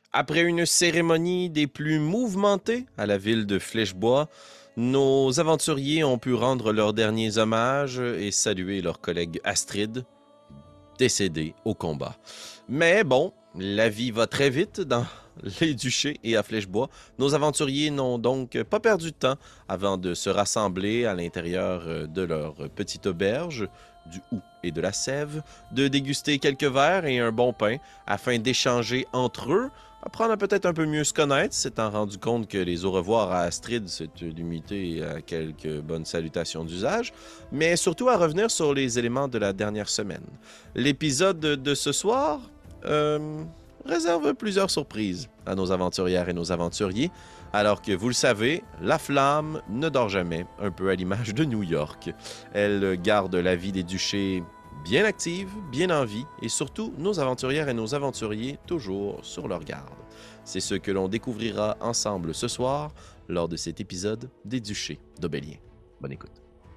Après une cérémonie des plus mouvementées à la ville de Flèchebois, nos aventuriers ont pu rendre leurs derniers hommages et saluer leur collègue Astrid, décédée au combat. Mais bon, la vie va très vite dans les duchés et à Flèchebois. Nos aventuriers n'ont donc pas perdu de temps avant de se rassembler à l'intérieur de leur petite auberge, du houx et de la sève, de déguster quelques verres et un bon pain afin d'échanger entre eux, apprendre à peut-être un peu mieux se connaître, s'étant rendu compte que les au revoir à Astrid s'est limité à quelques bonnes salutations d'usage, mais surtout à revenir sur les éléments de la dernière semaine. L'épisode de ce soir réserve plusieurs surprises à nos aventurières et nos aventuriers, alors que vous le savez, la flamme ne dort jamais, un peu à l'image de New York. Elle garde la vie des duchés bien active, bien en vie, et surtout nos aventurières et nos aventuriers toujours sur leur garde. C'est ce que l'on découvrira ensemble ce soir lors de cet épisode des Duchés d'Aubélien. Bonne écoute.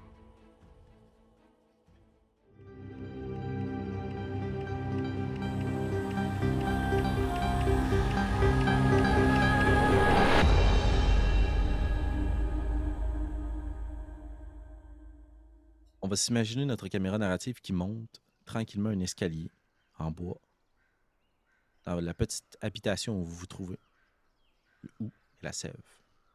On va s'imaginer notre caméra narrative qui monte tranquillement un escalier en bois dans la petite habitation où vous vous trouvez, le houx et la sève.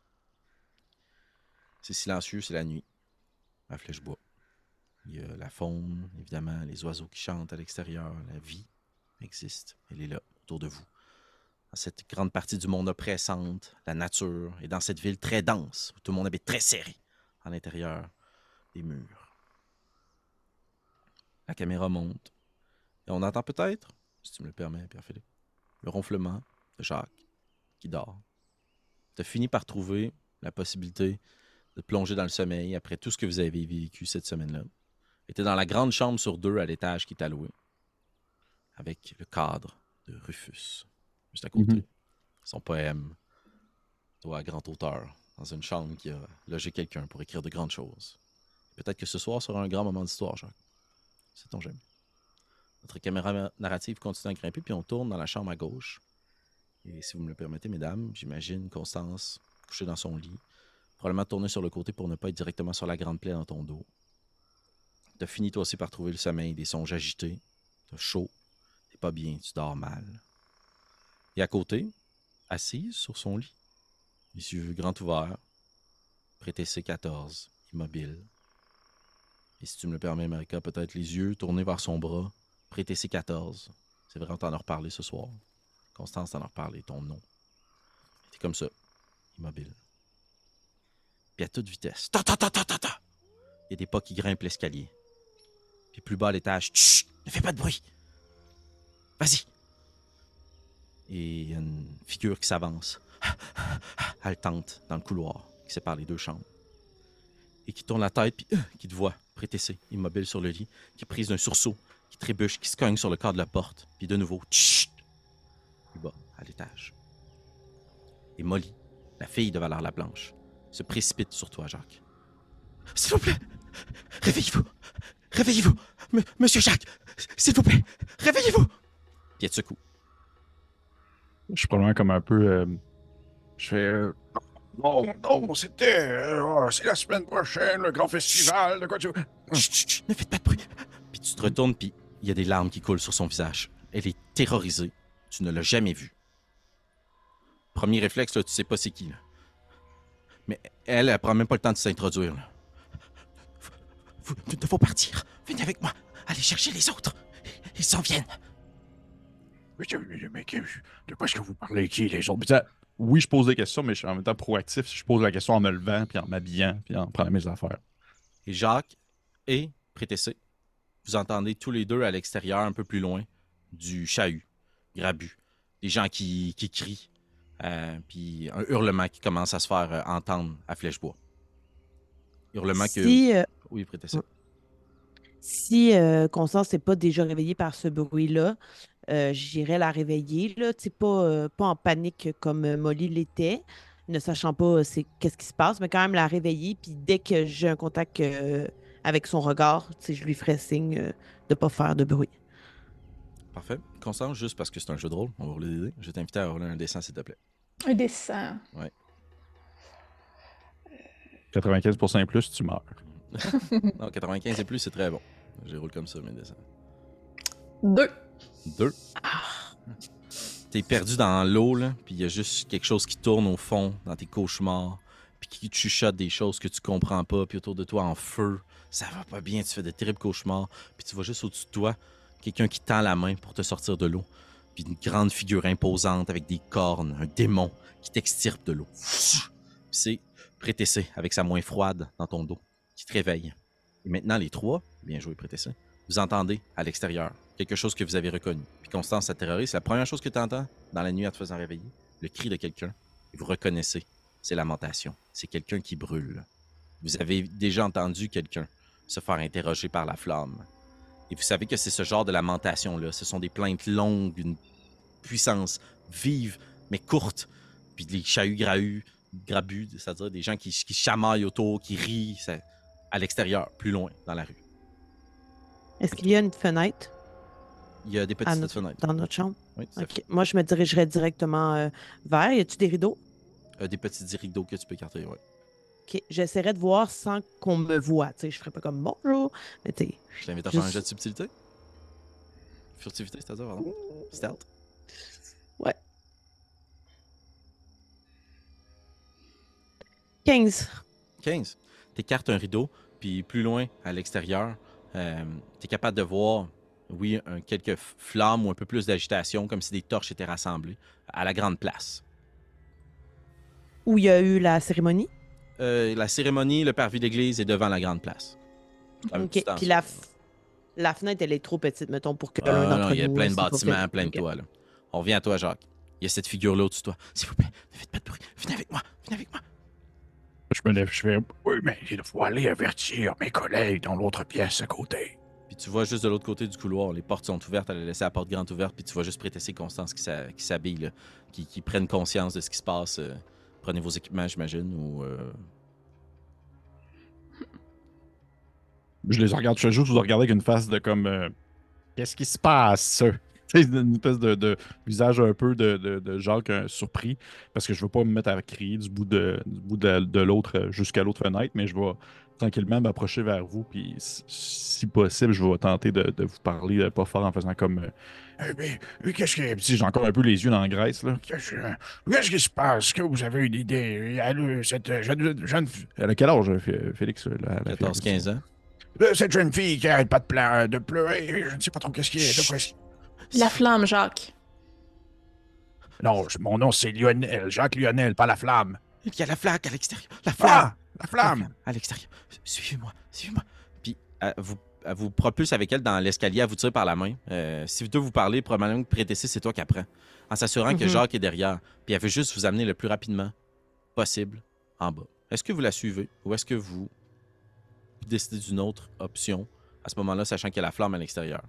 C'est silencieux, c'est la nuit, à Flèchebois. Il y a la faune, évidemment, les oiseaux qui chantent à l'extérieur, la vie existe, elle est là, autour de vous. Dans cette grande partie du monde oppressante, la nature, et dans cette ville très dense, où tout le monde habite très serré, à l'intérieur des murs. La caméra monte, et on entend peut-être, si tu me le permets, Pierre-Philippe, le ronflement de Jacques, qui dort. Tu as fini par trouver la possibilité de plonger dans le sommeil après tout ce que vous avez vécu cette semaine-là. Et tu es dans la grande chambre sur 2 à l'étage qui est allouée, avec le cadre de Rufus, juste à côté. Son poème, toi, grand auteur, dans une chambre qui a logé quelqu'un pour écrire de grandes choses. Peut-être que ce soir sera un grand moment d'histoire, Jacques. Sait-on jamais. Notre caméra narrative continue à grimper, puis on tourne dans la chambre à gauche. Et si vous me le permettez, mesdames, j'imagine Constance couchée dans son lit, probablement tournée sur le côté pour ne pas être directement sur la grande plaie dans ton dos. T'as fini toi aussi par trouver le sommeil, des songes agités, t'as chaud, t'es pas bien, tu dors mal. Et à côté, assise sur son lit, les yeux grands ouverts, prêté C14, immobile. Et si tu me le permets, Marika, peut-être les yeux tournés vers son bras, prêté C14. C'est vrai, on t'en a reparlé ce soir. Constance t'en a reparlé, ton nom. T'es comme ça, immobile. Puis à toute vitesse, ta ta ta ta ta ta, il y a des pas qui grimpent l'escalier. Puis plus bas à l'étage, chut, ne fais pas de bruit. Vas-y. Et il y a une figure qui s'avance, haletante, dans le couloir, qui sépare les 2 chambres. Et qui tourne la tête, puis qui te voit, prétessé, immobile sur le lit, qui est prise d'un sursaut, qui trébuche, qui se cogne sur le cadre de la porte, puis de nouveau, chut, plus bas, à l'étage. Et Molly, la fille de Valère Lablanche, se précipite sur toi, Jacques. S'il vous plaît, réveillez-vous, réveillez-vous, Monsieur Jacques, s'il vous plaît, réveillez-vous. Puis elle te secoue. Je suis probablement comme un peu. Je fais. Non, non, c'est la semaine prochaine, le grand festival, de quoi tu veux? Chut, chut, chut, ne faites pas de bruit. Puis tu te retournes, puis il y a des larmes qui coulent sur son visage. Elle est terrorisée. Tu ne l'as jamais vue. Premier réflexe, là, tu sais pas c'est qui. Là. Mais elle prend même pas le temps de s'introduire. Là. Il faut partir. Venez avec moi. Allez chercher les autres. Ils s'en viennent. Mais de quoi est-ce que vous parlez, qui, les autres? Oui, je pose des questions, mais je suis en même temps proactif. Je pose la question en me levant, puis en m'habillant, puis en prenant mes affaires. Et Jacques et Prétessé, vous entendez tous les deux à l'extérieur, un peu plus loin, du chahut, grabu. Des gens qui crient, puis un hurlement qui commence à se faire entendre à Flèchebois. Hurlement que... Oui, Prétessé. Si Constance n'est pas déjà réveillée par ce bruit-là, j'irais la réveiller, là, pas en panique comme Molly l'était, ne sachant pas qu'est-ce qui se passe, mais quand même la réveiller. Puis dès que j'ai un contact avec son regard, je lui ferai signe de ne pas faire de bruit. Parfait. Constance, juste parce que c'est un jeu de rôle, on va rouler des dés. Je vais t'inviter à rouler un dessin, s'il te plaît. Un dessin. 95% et plus, tu meurs. Non, 95 et plus, c'est très bon. Je les roule comme ça, mes dessins. 2. 2. T'es perdu dans l'eau, là, puis il y a juste quelque chose qui tourne au fond, dans tes cauchemars, puis qui te chuchote des choses que tu comprends pas, puis autour de toi, en feu, ça va pas bien, tu fais de terribles cauchemars, puis tu vois juste au-dessus de toi, quelqu'un qui tend la main pour te sortir de l'eau, puis une grande figure imposante avec des cornes, un démon qui t'extirpe de l'eau. Puis c'est Prétessé, avec sa main froide dans ton dos, qui te réveille. Et maintenant, les trois, bien joué Prétessé, vous entendez à l'extérieur quelque chose que vous avez reconnu. Puis Constance, ça terrorise. C'est la première chose que tu entends dans la nuit en te faisant réveiller. Le cri de quelqu'un. Et vous reconnaissez. C'est lamentation. C'est quelqu'un qui brûle. Vous avez déjà entendu quelqu'un se faire interroger par la flamme. Et vous savez que c'est ce genre de lamentation-là. Ce sont des plaintes longues, d'une puissance vive, mais courte. Puis des chahuts grabus, c'est-à-dire des gens qui chamaillent autour, qui rient à l'extérieur, plus loin, dans la rue. Est-ce qu'il y a une fenêtre? Il y a des petites fenêtres. Dans notre chambre? Oui, tout à fait. OK. Moi, je me dirigerais directement vers. Y a-tu des rideaux? Des petits rideaux que tu peux écarter, oui. OK. J'essaierais de voir sans qu'on me voie. Tu sais, je ferais pas comme bonjour. Mais tu sais. Je t'invite à faire un jet de subtilité. Furtivité, c'est-à-dire, pardon. Stealth. Ouais. 15. 15. T'écartes un rideau, puis plus loin, à l'extérieur, t'es capable de voir, oui, quelques flammes ou un peu plus d'agitation, comme si des torches étaient rassemblées à la grande place. Où il y a eu la cérémonie? La cérémonie, le parvis d'église est devant la grande place. OK. Puis la fenêtre, elle est trop petite, mettons, pour que l'un d'entre nous... il y a plein de bâtiments, fait... plein de toits, là. On revient à toi, Jacques. Il y a cette figure-là au-dessus de toi. S'il vous plaît, ne faites pas de bruit. Venez avec moi. Venez avec moi. Je me lève, je fais oui, mais il faut aller avertir mes collègues dans l'autre pièce à côté. Puis tu vois juste de l'autre côté du couloir, les portes sont ouvertes, elle a laissé la porte grande ouverte, puis tu vois juste Prétessé et Constance qui s'habillent, là, qui prennent conscience de ce qui se passe. Prenez vos équipements, j'imagine, ou... Je les regarde, je juste vous regarder avec une face de comme qu'est-ce qui se passe? Tu sais, une espèce de visage un peu de Jacques surpris, parce que je veux pas me mettre à crier du bout de l'autre jusqu'à l'autre fenêtre, mais je vais tranquillement m'approcher vers vous, puis si possible, je vais tenter de vous parler pas fort en faisant comme... mais qu'est-ce que... si j'ai encore un peu les yeux dans la graisse, là. Qu'est-ce qui se passe? Est-ce que vous avez une idée? Cette jeune... Elle a quel âge, Félix? 14-15 ans. Cette jeune fille qui arrête pas de pleurer, je ne sais pas trop qu'est-ce qui est. De quoi... La flamme, Jacques. Non, mon nom c'est Lionel, Jacques Lionel, pas la flamme. Il y a la flaque à l'extérieur. La flamme! Ah, la flamme! À l'extérieur. Suivez-moi, suivez-moi. Puis elle vous propulse avec elle dans l'escalier, elle vous tire par la main. Si vous deux vous parlez, probablement que Prétessé, c'est toi qui apprends. En s'assurant que Jacques est derrière. Puis elle veut juste vous amener le plus rapidement possible en bas. Est-ce que vous la suivez ou est-ce que vous décidez d'une autre option à ce moment-là, sachant qu'il y a la flamme à l'extérieur?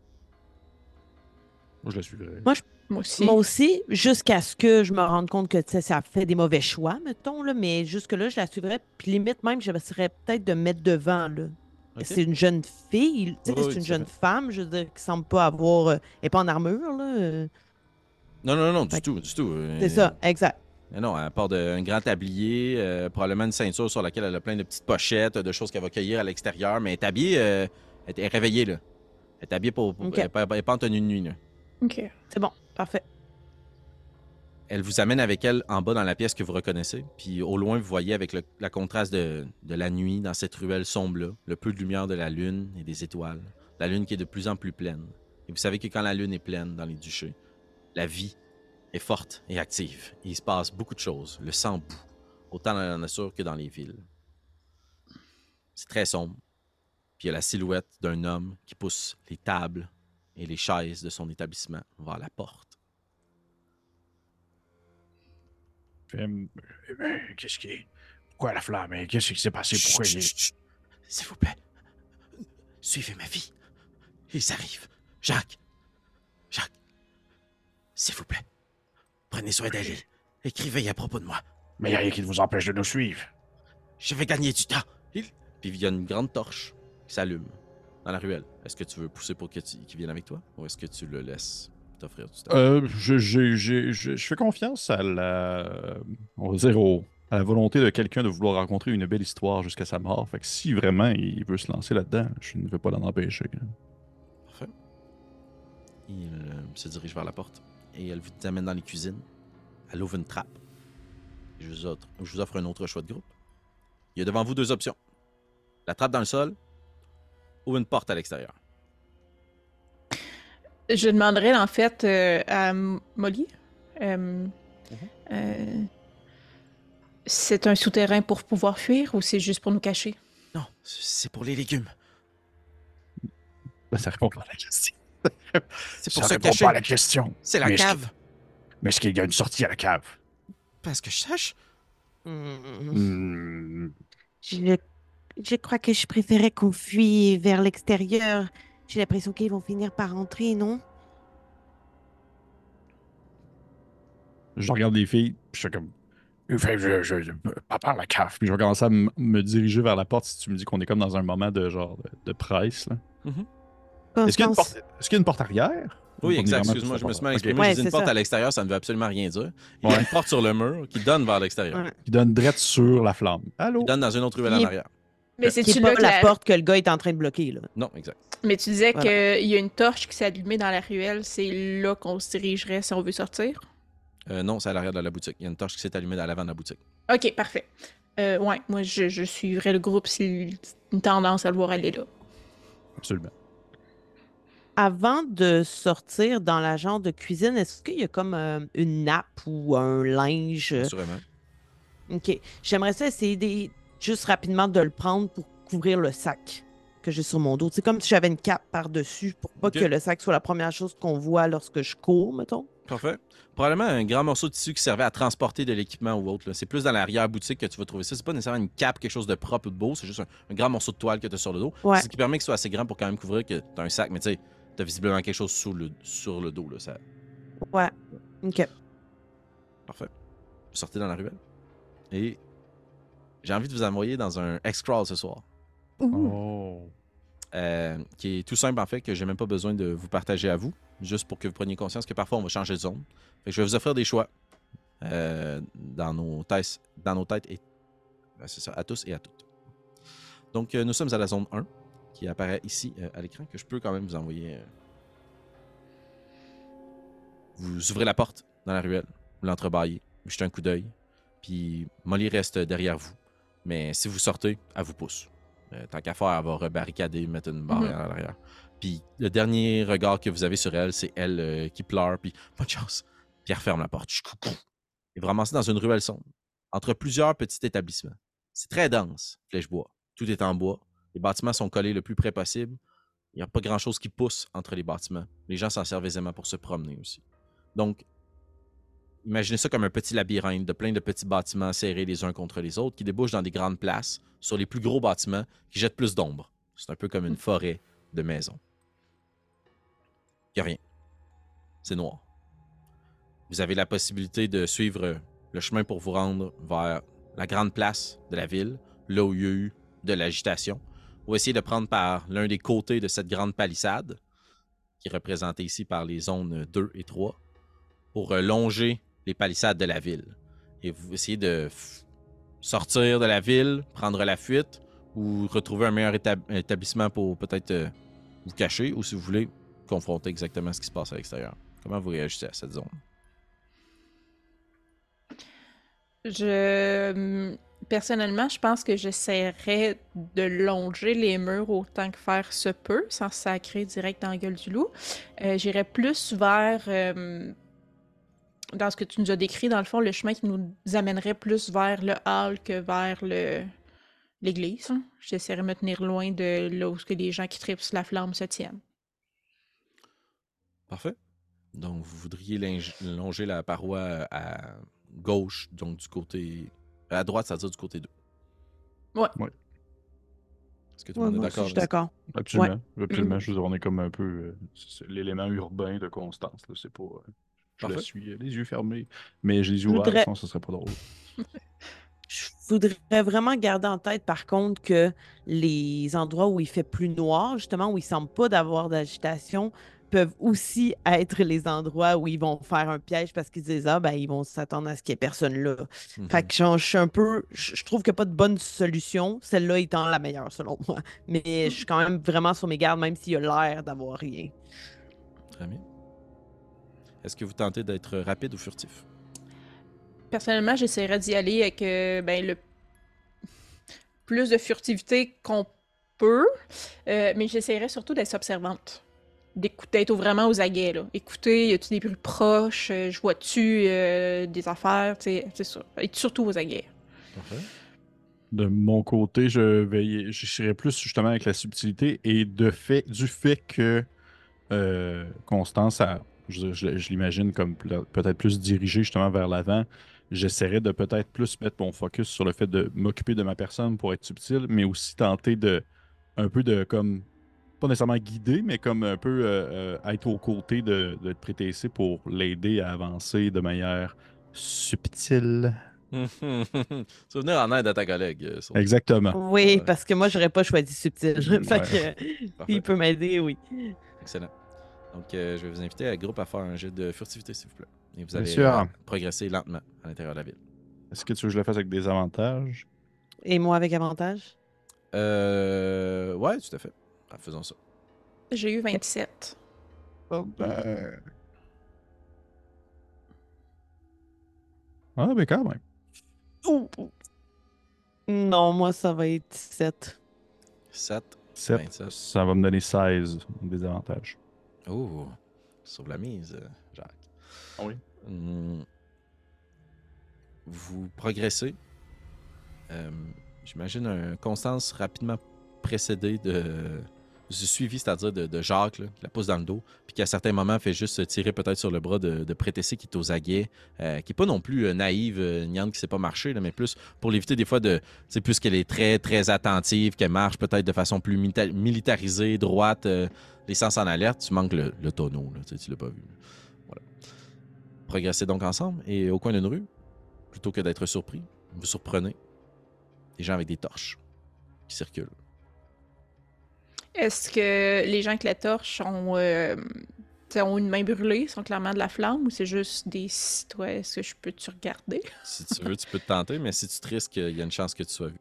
Moi, je la suivrai. Moi aussi. Moi aussi, jusqu'à ce que je me rende compte que ça fait des mauvais choix, mettons, là, mais jusque-là, je la suivrais. Puis limite même, j'essaierais peut-être de me mettre devant. Là. Okay. C'est une jeune fille, oui, c'est une jeune femme, je veux dire, qui semble pas avoir... elle n'est pas en armure, là. Non, du tout. C'est ça, exact. Non, elle part d'un grand tablier, probablement une ceinture sur laquelle elle a plein de petites pochettes, de choses qu'elle va cueillir à l'extérieur, mais elle est habillée, elle est réveillée, là. Elle est habillée elle n'est pas en tenue de nuit, là. OK. C'est bon, parfait. Elle vous amène avec elle en bas dans la pièce que vous reconnaissez. Puis au loin, vous voyez avec la contraste de la nuit dans cette ruelle sombre-là, le peu de lumière de la lune et des étoiles. La lune qui est de plus en plus pleine. Et vous savez que quand la lune est pleine dans les duchés, la vie est forte et active. Et il se passe beaucoup de choses. Le sang bout, autant dans la nature que dans les villes. C'est très sombre. Puis il y a la silhouette d'un homme qui pousse les tables et les chaises de son établissement vers la porte. Qu'est-ce qui est... Pourquoi la flamme? Qu'est-ce qui s'est passé? Pourquoi il est... S'il vous plaît, suivez ma fille. Ils arrivent. Jacques, s'il vous plaît, prenez soin d'elle. Écrivez à propos de moi. Mais il n'y a rien qui vous empêche de nous suivre. Je vais gagner du temps. Puis il y a une grande torche qui s'allume. dans la ruelle. Est-ce que tu veux pousser pour qu'il vienne avec toi ou est-ce que tu le laisses t'offrir du temps? Je fais confiance à on va dire à la volonté de quelqu'un de vouloir raconter une belle histoire jusqu'à sa mort. Fait que si vraiment il veut se lancer là-dedans, je ne vais pas l'en empêcher. Parfait. Il se dirige vers la porte et elle vous amène dans les cuisines. Elle ouvre une trappe. Je vous offre un autre choix de groupe. Il y a devant vous 2 options. La trappe dans le sol ou une porte à l'extérieur. Je demanderais en fait à Molly. C'est un souterrain pour pouvoir fuir ou c'est juste pour nous cacher? Non, c'est pour les légumes. Ça répond pas à la question. C'est pour Ça se répond cacher. pas à la question. C'est la Mais est-ce cave. Mais est-ce qu'il y a une sortie à la cave? Parce que je sache. Hmm, Je crois que je préférais qu'on fuit vers l'extérieur. J'ai l'impression qu'ils vont finir par rentrer, non? Je regarde les filles, puis je suis comme. Enfin, pas par la cave. Puis je vais commencer à me diriger vers la porte si tu me dis qu'on est comme dans un moment de genre de presse. Là. Est-ce qu'il y a une Constance. porte, est-ce qu'il y a une porte arrière? Oui, Ou on est exact. vraiment Excuse-moi, juste je me à suis la mal porte? exprimé. Ok. J'ai Ouais, dit une c'est porte ça. à l'extérieur, ça ne veut absolument rien dire. Il y a Ouais. une porte sur le mur qui donne vers l'extérieur. Ouais. Qui donne direct sur la flamme. Allô? Qui donne dans une autre ruelle Qui en est- arrière. Mais Qui c'est-tu est là pas que la porte que le gars est en train de bloquer, là. Non, exact. Mais tu disais Voilà. qu'il y a une torche qui s'est allumée dans la ruelle, c'est là qu'on se dirigerait si on veut sortir? Non, c'est à l'arrière de la boutique. Il y a une torche qui s'est allumée à l'avant de la boutique. Ok, parfait. Ouais, moi je suivrais le groupe s'il une tendance à le voir aller là. Absolument. Avant de sortir dans la genre de cuisine, est-ce qu'il y a comme une nappe ou un linge? Assurément. OK. J'aimerais ça essayer juste rapidement de le prendre pour couvrir le sac que j'ai sur mon dos. C'est comme si j'avais une cape par-dessus pour pas OK. que le sac soit la première chose qu'on voit lorsque je cours, mettons. Parfait. Probablement un grand morceau de tissu qui servait à transporter de l'équipement ou autre. Là. C'est plus dans l'arrière-boutique que tu vas trouver ça. C'est pas nécessairement une cape, quelque chose de propre ou de beau. C'est juste un grand morceau de toile que tu as sur le dos. Ouais. C'est ce qui permet que ce soit assez grand pour quand même couvrir que tu as un sac. Mais tu sais, tu as visiblement quelque chose sur le dos. Là, ça... Ouais. OK. Parfait. Vous sortez dans la ruelle. Et j'ai envie de vous envoyer dans un X-Crawl ce soir. Oh. Qui est tout simple en fait, que j'ai même pas besoin de vous partager à vous, juste pour que vous preniez conscience que parfois on va changer de zone. Fait que je vais vous offrir des choix dans nos têtes et c'est ça, à tous et à toutes. Donc nous sommes à la zone 1 qui apparaît ici à l'écran, que je peux quand même vous envoyer. Vous ouvrez la porte dans la ruelle, vous l'entrebâillez, vous jetez un coup d'œil, puis Molly reste derrière vous. Mais si vous sortez, elle vous pousse. Tant qu'à faire, elle va rebarricader, mettre une barrière à l'arrière. Puis le dernier regard que vous avez sur elle, c'est elle qui pleure, puis bonne chance. Puis elle referme la porte. Et vous ramassez dans une ruelle sombre, entre plusieurs petits établissements. C'est très dense, Flèche-Bois. Tout est en bois. Les bâtiments sont collés le plus près possible. Il n'y a pas grand-chose qui pousse entre les bâtiments. Les gens s'en servent aisément pour se promener aussi. Donc, imaginez ça comme un petit labyrinthe de plein de petits bâtiments serrés les uns contre les autres qui débouchent dans des grandes places sur les plus gros bâtiments qui jettent plus d'ombre. C'est un peu comme une forêt de maisons. Il n'y a rien. C'est noir. Vous avez la possibilité de suivre le chemin pour vous rendre vers la grande place de la ville, là où il y a eu de l'agitation, ou essayer de prendre par l'un des côtés de cette grande palissade, qui est représentée ici par les zones 2 et 3, pour longer les palissades de la ville. Et vous essayez de sortir de la ville, prendre la fuite, ou retrouver un meilleur établissement pour peut-être vous cacher, ou si vous voulez, confronter exactement ce qui se passe à l'extérieur. Comment vous réagissez à cette zone? Personnellement, je pense que j'essaierais de longer les murs autant que faire se peut, sans sacrer direct dans la gueule du loup. J'irais plus vers, dans ce que tu nous as décrit, dans le fond, le chemin qui nous amènerait plus vers le hall que vers l'église. Hein. J'essaierais de me tenir loin de là où les gens qui tripent sur la flamme se tiennent. Parfait. Donc, vous voudriez longer la paroi à gauche, donc du côté... À droite, c'est-à-dire du côté 2. Ouais. Ouais. Est-ce que tout le monde est Moi aussi, d'accord? je suis d'accord. Absolument. Absolument. Je veux dire, on est comme un peu c'est l'élément urbain de Constance. Là. C'est pas. Je la Parfait. suis les yeux fermés. Mais j'ai les yeux Je ouverts, voudrais- sinon ce serait pas drôle. Je voudrais vraiment garder en tête, par contre, que les endroits où il fait plus noir, justement, où il ne semble pas d'avoir d'agitation, peuvent aussi être les endroits où ils vont faire un piège parce qu'ils disent, ah, ben, ils vont s'attendre à ce qu'il n'y ait personne là. Fait Mhm. que je suis un peu, je trouve qu'il n'y a pas de bonne solution, celle-là étant la meilleure, selon moi. Mais je suis quand même vraiment sur mes gardes, même s'il a l'air d'avoir rien. Très bien. Est-ce que vous tentez d'être rapide ou furtif? Personnellement, j'essaierais d'y aller avec le plus de furtivité qu'on peut, mais j'essaierais surtout d'être observante. D'écouter, être vraiment aux aguets, là. Écouter, y a-tu des bruits proches, je vois-tu des affaires, tu sais, c'est ça. Être surtout aux aguets. Parfait. De mon côté, je serais plus justement avec la subtilité et du fait que Constance, je l'imagine comme peut-être plus dirigée justement vers l'avant, j'essaierais de peut-être plus mettre mon focus sur le fait de m'occuper de ma personne pour être subtil, mais aussi tenter de un peu de comme pas nécessairement guider, mais comme un peu être aux côtés de Prétessé pour l'aider à avancer de manière subtile. Tu vas venir en aide à ta collègue, surtout. Exactement. Oui, Ouais. parce que moi, j'aurais pas choisi subtil. Fait Ouais. que Parfait. il peut m'aider, oui. Excellent. Donc, je vais vous inviter à groupe à faire un jet de furtivité, s'il vous plaît. Et vous Bien allez sûr. progresser lentement à l'intérieur de la ville. Est-ce que tu veux que je le fasse avec des avantages? Et moi avec avantage? Ouais, tout à fait. Ah, faisons ça. J'ai eu 27. Ben... Ah, ben quand même. Ouh. Non, moi, ça va être 17. 7, 7, 27. ça va me donner 16 des avantages. Oh, sur la mise, Jacques. Ah oui. Vous progressez. J'imagine un Constance rapidement précédé du suivi, c'est-à-dire de Jacques, là, qui la pousse dans le dos, puis qui à certains moments fait juste se tirer peut-être sur le bras de Prétessé qui est aux aguets, qui est pas non plus naïve, niante qui sait pas marcher, là, mais plus pour l'éviter des fois de, plus qu'elle est très très attentive, qu'elle marche peut-être de façon plus militarisée, droite, les sens en alerte, tu manques le tonneau, là, tu l'as pas vu. Voilà. Progressez donc ensemble et au coin d'une rue, plutôt que d'être surpris, vous surprenez des gens avec des torches qui circulent. Est-ce que les gens avec la torche ont une main brûlée, sont clairement de la flamme, ou c'est juste des citoyens? Est-ce que je peux te regarder? Si tu veux, tu peux te tenter, mais si tu te risques, il y a une chance que tu sois vu.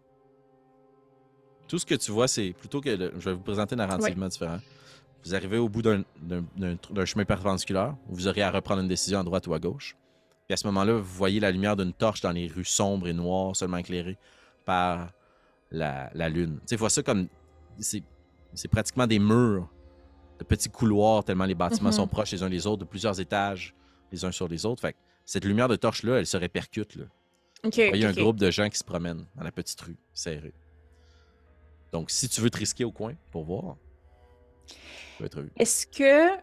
Tout ce que tu vois, c'est plutôt que... je vais vous présenter narrativement différent. Vous arrivez au bout d'un chemin perpendiculaire où vous aurez à reprendre une décision à droite ou à gauche. Puis à ce moment-là, vous voyez la lumière d'une torche dans les rues sombres et noires, seulement éclairées par la lune. Tu sais, vois ça comme... C'est pratiquement des murs de petits couloirs, tellement les bâtiments sont proches les uns des autres, de plusieurs étages les uns sur les autres. Fait que cette lumière de torche-là, elle se répercute, là. Ok, Vous voyez un ok. groupe de gens qui se promènent dans la petite rue, serrée. Donc, si tu veux te risquer au coin pour voir, tu vas être vu. Est-ce que,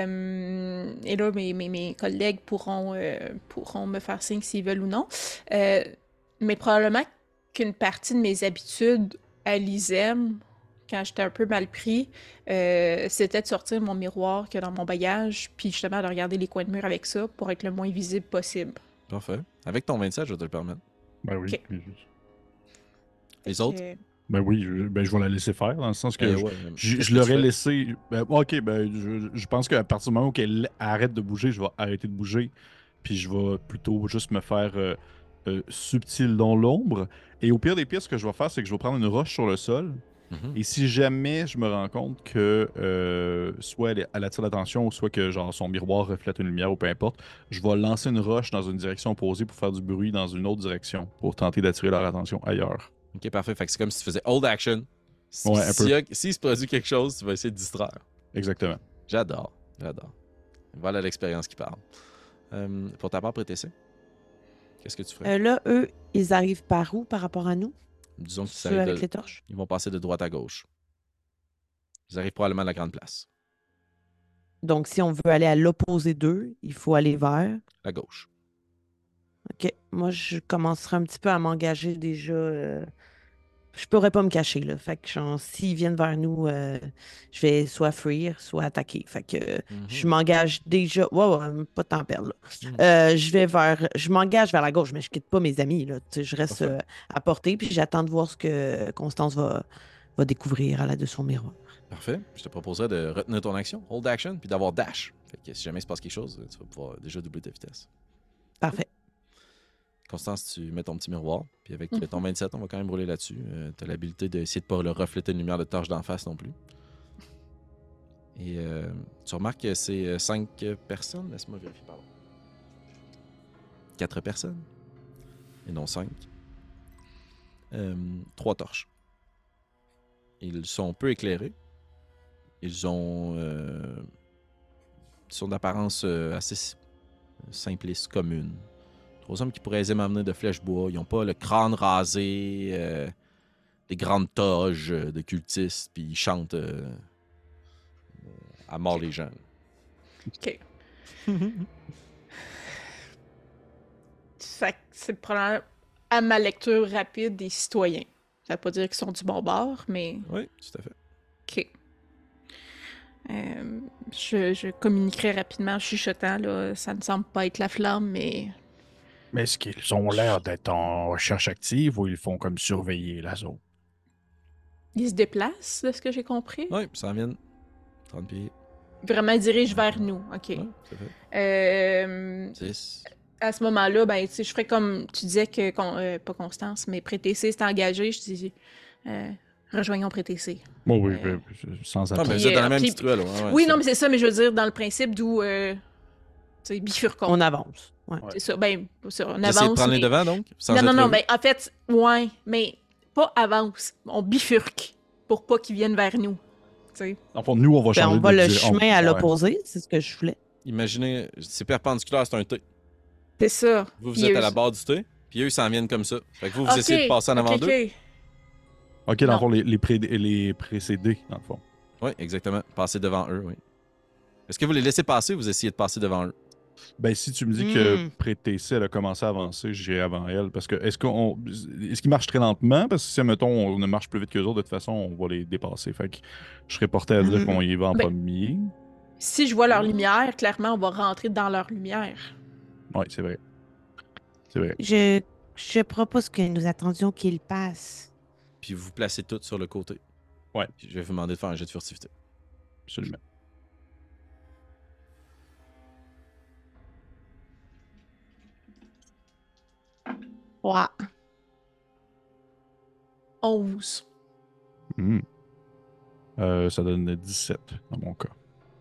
et là, mes collègues pourront me faire signe s'ils veulent ou non, mais probablement qu'une partie de mes habitudes à l'ISEM, quand j'étais un peu mal pris, c'était de sortir mon miroir que dans mon bagage, puis justement de regarder les coins de mur avec ça pour être le moins visible possible. Parfait. Avec ton 27, je vais te le permettre. Ben oui. Ok. Les Fait autres? que- Ben oui, je vais la laisser faire, dans le sens que ouais, je qu'est-ce que l'aurais tu fais? laissé. Ben, ok, je pense qu'à partir du moment où elle arrête de bouger, je vais arrêter de bouger. Puis je vais plutôt juste me faire subtil dans l'ombre. Et au pire des pires, ce que je vais faire, c'est que je vais prendre une roche sur le sol. Mhm. Et si jamais je me rends compte que soit elle attire l'attention, ou soit que genre son miroir reflète une lumière, ou peu importe, je vais lancer une roche dans une direction opposée pour faire du bruit dans une autre direction, pour tenter d'attirer leur attention ailleurs. Ok, parfait. Fait que c'est comme si tu faisais hold action. Ouais, un peu. S'il se produit quelque chose, tu vas essayer de distraire. Exactement. J'adore. Voilà l'expérience qui parle. Pour ta part, Prétessé, qu'est-ce que tu ferais? Là, eux, ils arrivent par où par rapport à nous? Disons qu'ils Ceux arrivent avec les torches? ils vont passer de droite à gauche. Ils arrivent probablement à la grande place. Donc, si on veut aller à l'opposé d'eux, il faut aller vers. À gauche. OK. Moi, je commencerai un petit peu à m'engager déjà Je pourrais pas me cacher, là. Fait que, genre, s'ils viennent vers nous, je vais soit fuir, soit attaquer. Fait que je m'engage déjà. Ouais, ouais, pas de temps à perdre, là. Je m'engage vers la gauche, mais je quitte pas mes amis, là. Tu sais, je reste Parfait. à portée, puis j'attends de voir ce que Constance va découvrir à l'aide de son miroir. Parfait. Je te proposerais de retenir ton action, hold action, puis d'avoir dash. Fait que si jamais il se passe quelque chose, tu vas pouvoir déjà doubler ta vitesse. Parfait. Constance, tu mets ton petit miroir, puis avec ton 27, on va quand même rouler là-dessus. Tu as l'habilité d'essayer de pas le refléter une lumière de torche d'en face non plus. Et tu remarques que c'est 5 personnes. Laisse-moi vérifier, pardon. 4 personnes, et non 5. 3 torches. Ils sont peu éclairés. Ils sont d'apparence assez simpliste, commune. 3 hommes qui pourraient aisément venir de Flèche-Bois. Ils n'ont pas le crâne rasé, des grandes toges de cultistes, puis ils chantent à mort les gens. OK. Fait que c'est probablement à ma lecture rapide des citoyens. Ça veut pas dire qu'ils sont du bon bord, mais Oui, tout à fait. OK. Je communiquerai rapidement en chuchotant, là. Ça ne semble pas être la flamme, mais... Mais est-ce qu'ils ont l'air d'être en recherche active ou ils font comme surveiller la zone? Ils se déplacent, de ce que j'ai compris. Oui, ça en vient 30 pieds. Vraiment, ils dirigent vers nous. OK. Oui, tout à fait. 10. À ce moment-là, ben, tu sais, je ferais comme tu disais que, pas Constance, mais Pré-TC s'est engagé. Je dis, rejoignons Pré-TC. Bon, oui, sans Ah, attendre. mais Puis, vous êtes dans la même puis- petite ruelle. Ouais, Oui, c'est- non, mais c'est ça, mais je veux dire, dans le principe d'où, tu sais, bifurquons. On avance. Ouais. C'est ça, ben, ça, on Vous essayez de avance. prendre les mais- devants, donc? Sans Non, non, être non, vu? ben, en fait, ouais, mais pas avance. On bifurque pour pas qu'ils viennent vers nous. Tu sais. En fond, nous, on va Ben, changer on va de le direction. chemin à Ouais. l'opposé, c'est ce que je voulais. Imaginez, c'est perpendiculaire, c'est un T. C'est ça. Vous Puis êtes eux- à la barre du T, puis eux, ils s'en viennent comme ça. Fait que vous Ok, essayez de passer en avant ok, d'eux. ok. OK, dans Non. le fond, les précédés, dans le fond. Oui, exactement. Passer devant eux, oui. Est-ce que vous les laissez passer ou vous essayez de passer devant eux? Ben, si tu me dis que Hmm. Pré-TC, elle a commencé à avancer, j'irai avant elle. Parce que est-ce qu'ils marchent très lentement? Parce que si, mettons, on ne marche plus vite qu'eux autres, de toute façon, on va les dépasser. Fait que je serais porté à dire Mhm. qu'on y va en Ben- premier. Si je vois leur lumière, clairement, on va rentrer dans leur lumière. Oui, c'est vrai. C'est vrai. Je propose que nous attendions qu'il passe. Puis vous vous placez toutes sur le côté. Ouais. Puis je vais vous demander de faire un jet de furtivité. Absolument. Ouais. 11. Hmm. Ça donne 17 dans mon cas.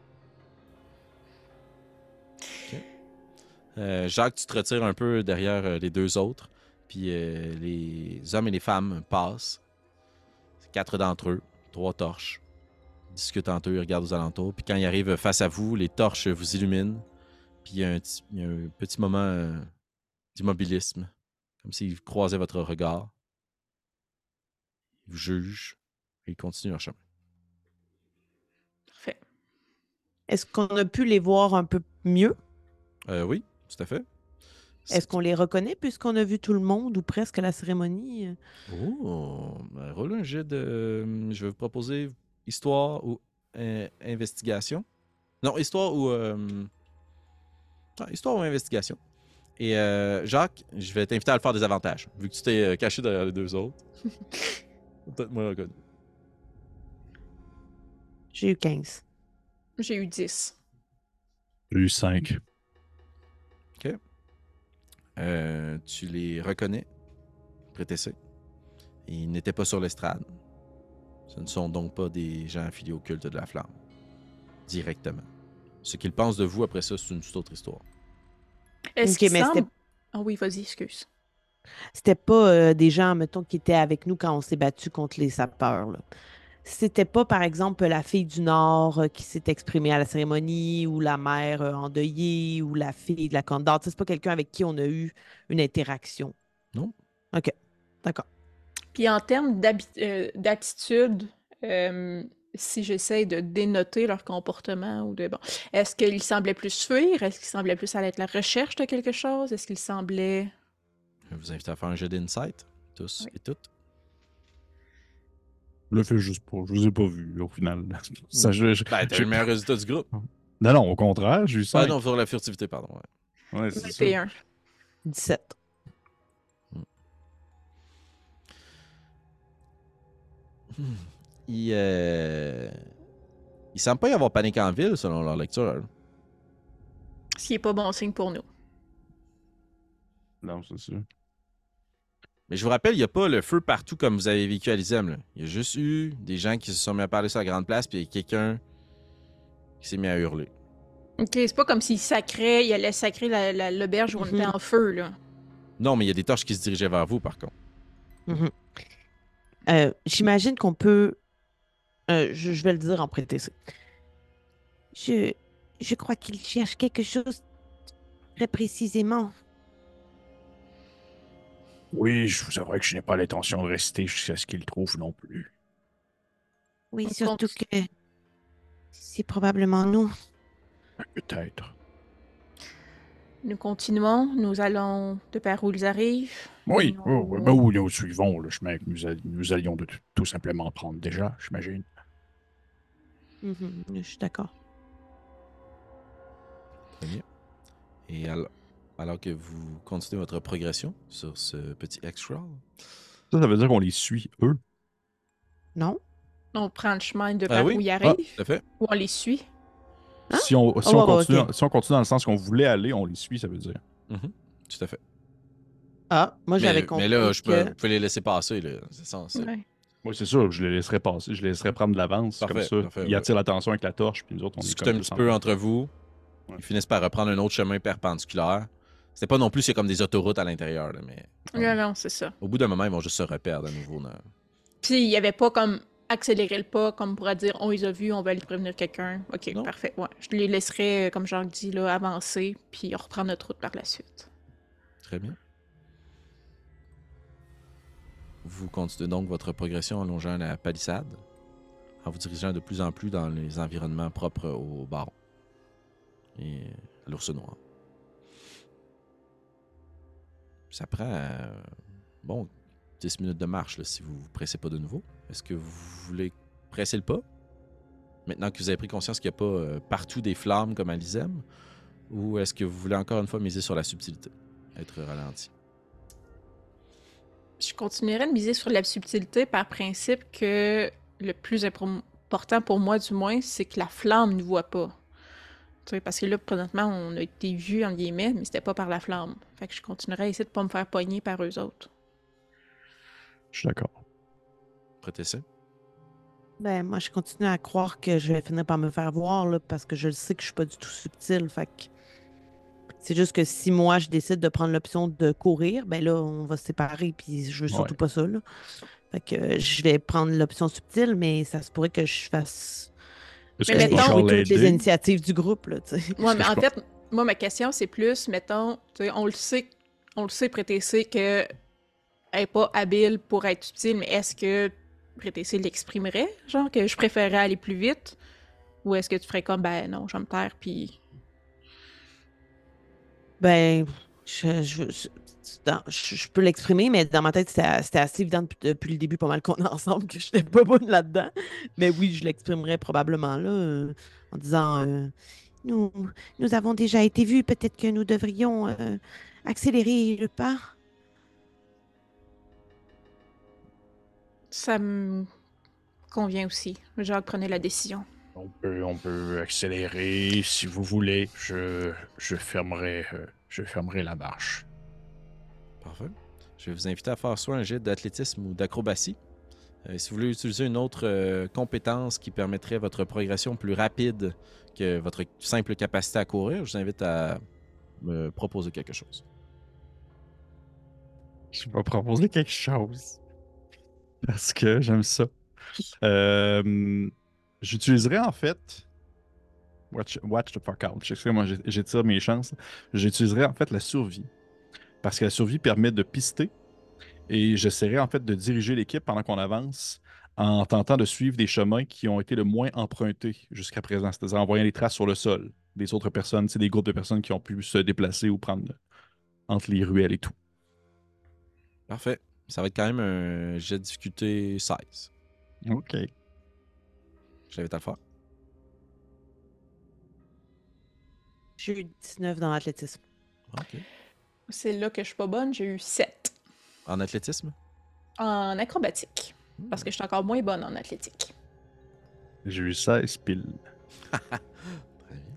Jacques, tu te retires un peu derrière les deux autres. Puis les hommes et les femmes passent. 4 d'entre eux, 3 torches. Ils discutent entre eux, ils regardent aux alentours. Puis quand ils arrivent face à vous, les torches vous illuminent. Puis il y a un petit moment d'immobilisme. Comme s'ils croisaient votre regard. Ils vous jugent. Et ils continuent leur chemin. Parfait. Est-ce qu'on a pu les voir un peu mieux? Oui, tout à fait. Est-ce qu'on les reconnaît puisqu'on a vu tout le monde ou presque à la cérémonie? Oh, ben, roule un jet de... je vais vous proposer histoire ou investigation. Non, histoire ou... histoire ou investigation. Et Jacques, je vais t'inviter à le faire des avantages, vu que tu t'es caché derrière les deux autres. Peut-être moins reconnu. J'ai eu 15. J'ai eu 10. J'ai eu 5. Tu les reconnais, Prétessé. Ils n'étaient pas sur l'estrade. Ce ne sont donc pas des gens affiliés au culte de la flamme. Directement. Ce qu'ils pensent de vous après ça, c'est une toute autre histoire. Est-ce Ok, qu'il mais semble... Ah oui, vas-y, excuse. C'était pas des gens, mettons, qui étaient avec nous quand on s'est battu contre les sapeurs, là. C'était pas, par exemple, la fille du Nord qui s'est exprimée à la cérémonie ou la mère endeuillée ou la fille de la Condor. C'est pas quelqu'un avec qui on a eu une interaction. Non. OK. D'accord. Puis en termes d'attitude, si j'essaie de dénoter leur comportement ou de... Bon, est-ce qu'ils semblaient plus fuir? Est-ce qu'ils semblaient plus aller à la recherche de quelque chose? Est-ce qu'ils semblaient... Je vais vous inviter à faire un jeu d'insight, tous Oui. et toutes. Je le fais juste pas. Je vous ai pas vu, au final. Ça, Ben, t'as eu le meilleur résultat du groupe. Non, non, au contraire, j'ai eu Ah 5. non, sur la furtivité, pardon. Ouais. Ouais, c'est ça. 21. 17. Il, il semble pas y avoir panique en ville, selon leur lecture. Ce qui est pas bon signe pour nous. Non, c'est sûr. Mais je vous rappelle, il n'y a pas le feu partout comme vous avez vécu à l'Isem. Là. Il y a juste eu des gens qui se sont mis à parler sur la grande place, puis il y a quelqu'un qui s'est mis à hurler. Ok, c'est pas comme il allait sacrer l'auberge où on était en feu, là. Non, mais il y a des torches qui se dirigeaient vers vous, par contre. Mhm. J'imagine qu'on peut. Je vais le dire en prétexte. Je crois qu'il cherche quelque chose très précisément. Oui, je vous avouerai que je n'ai pas l'intention de rester jusqu'à ce qu'il trouve non plus. Oui, On surtout compte. que c'est probablement nous. Peut-être. Nous continuons, nous allons de par où ils arrivent. Oui, Nous- où nous suivons le chemin que nous allions tout simplement prendre déjà, j'imagine. Mhm, je suis d'accord. Très bien. Et alors que vous continuez votre progression sur ce petit X-Scroll, Ça veut dire qu'on les suit, eux. Non? On prend le chemin de par oui? où ils Ah, arrivent, tout à fait. ou on les suit. Hein? Si on ouais, continue, ok. si on continue dans le sens qu'on voulait aller, on les suit, ça veut dire. Mhm. Tout à fait. Ah, moi j'avais compris mais là, que... vous pouvez les laisser passer, là. C'est ça. Ouais. Oui, c'est sûr, je les laisserai passer, je les laisserai prendre de l'avance, comme Parfait, ça. parfait, Ils ouais. attirent l'attention avec la torche, puis nous autres, on est Discutez comme un plus petit en- peu entre vous. Ouais. Ils finissent par reprendre un autre chemin perpendiculaire. C'était pas non plus, c'est comme des autoroutes à l'intérieur, là, mais Non, c'est ça. au bout d'un moment, ils vont juste se reperdre à nouveau. Puis il y avait pas comme accélérer le pas, comme pour dire on les a vus, on va aller prévenir quelqu'un. Ok, Non. parfait. Ouais. Je les laisserai, comme Jacques dit, là, avancer, puis on reprend notre route par la suite. Très bien. Vous continuez donc votre progression en longeant la palissade, en vous dirigeant de plus en plus dans les environnements propres au baron et à l'ours noir. Ça prend, bon, 10 minutes de marche là, si vous ne vous pressez pas de nouveau. Est-ce que vous voulez presser le pas? Maintenant que vous avez pris conscience qu'il n'y a pas partout des flammes comme à l'Isem, ou est-ce que vous voulez encore une fois miser sur la subtilité, être ralenti? Je continuerai de miser sur la subtilité par principe que le plus important pour moi, du moins, c'est que la flamme ne voit pas. Tu sais, parce que là, présentement, on a été vus, en guillemets, mais c'était pas par la flamme. Fait que je continuerai à essayer de pas me faire pogner par eux autres. Je suis d'accord. Prêtez ça? Ben, moi, je continue à croire que je vais finir par me faire voir, là, parce que je le sais que je suis pas du tout subtile. Fait que c'est juste que si moi, je décide de prendre l'option de courir, ben là, on va se séparer, puis je veux surtout Ouais. pas ça, là. Fait que je vais prendre l'option subtile, mais ça se pourrait que je fasse... Est-ce Mais que je peux mettons- encore échouer toutes les l'aider? initiatives du groupe, là, tu sais. Ouais, mais que en je fait, moi, ma question, c'est plus, mettons, tu sais, on le sait, Prétessé, que elle est pas habile pour être subtile, mais est-ce que Prétessé l'exprimerait? Genre, que je préférerais aller plus vite? Ou est-ce que tu ferais comme, ben non, je vais me taire, puis... Ben, je peux l'exprimer, mais dans ma tête, c'était assez évident depuis le début, pas mal qu'on est ensemble, que je n'étais pas bonne là-dedans. Mais oui, je l'exprimerais probablement là, en disant nous, nous avons déjà été vus, peut-être que nous devrions accélérer le pas. Ça me convient aussi. Jacques prenait la décision. On peut accélérer si vous voulez. Je fermerai la marche. Parfait. Je vais vous inviter à faire soit un jet d'athlétisme ou d'acrobatie. Si vous voulez utiliser une autre compétence qui permettrait votre progression plus rapide que votre simple capacité à courir, je vous invite à me proposer quelque chose. Je vais proposer quelque chose. Parce que j'aime ça. J'utiliserais en fait. Watch the fuck out. Moi, j'étire mes chances. J'utiliserais en fait la survie. Parce que la survie permet de pister. Et j'essaierai en fait de diriger l'équipe pendant qu'on avance en tentant de suivre des chemins qui ont été le moins empruntés jusqu'à présent. C'est-à-dire en voyant les traces sur le sol des autres personnes, des groupes de personnes qui ont pu se déplacer ou prendre entre les ruelles et tout. Parfait. Ça va être quand même un jet de difficulté 16. OK. Je t'invite à le faire. J'ai eu 19 dans l'athlétisme. OK. C'est là que je suis pas bonne, j'ai eu 7 En athlétisme? en acrobatique. Parce que je suis encore moins bonne en athlétique. J'ai eu 16 piles. Très bien.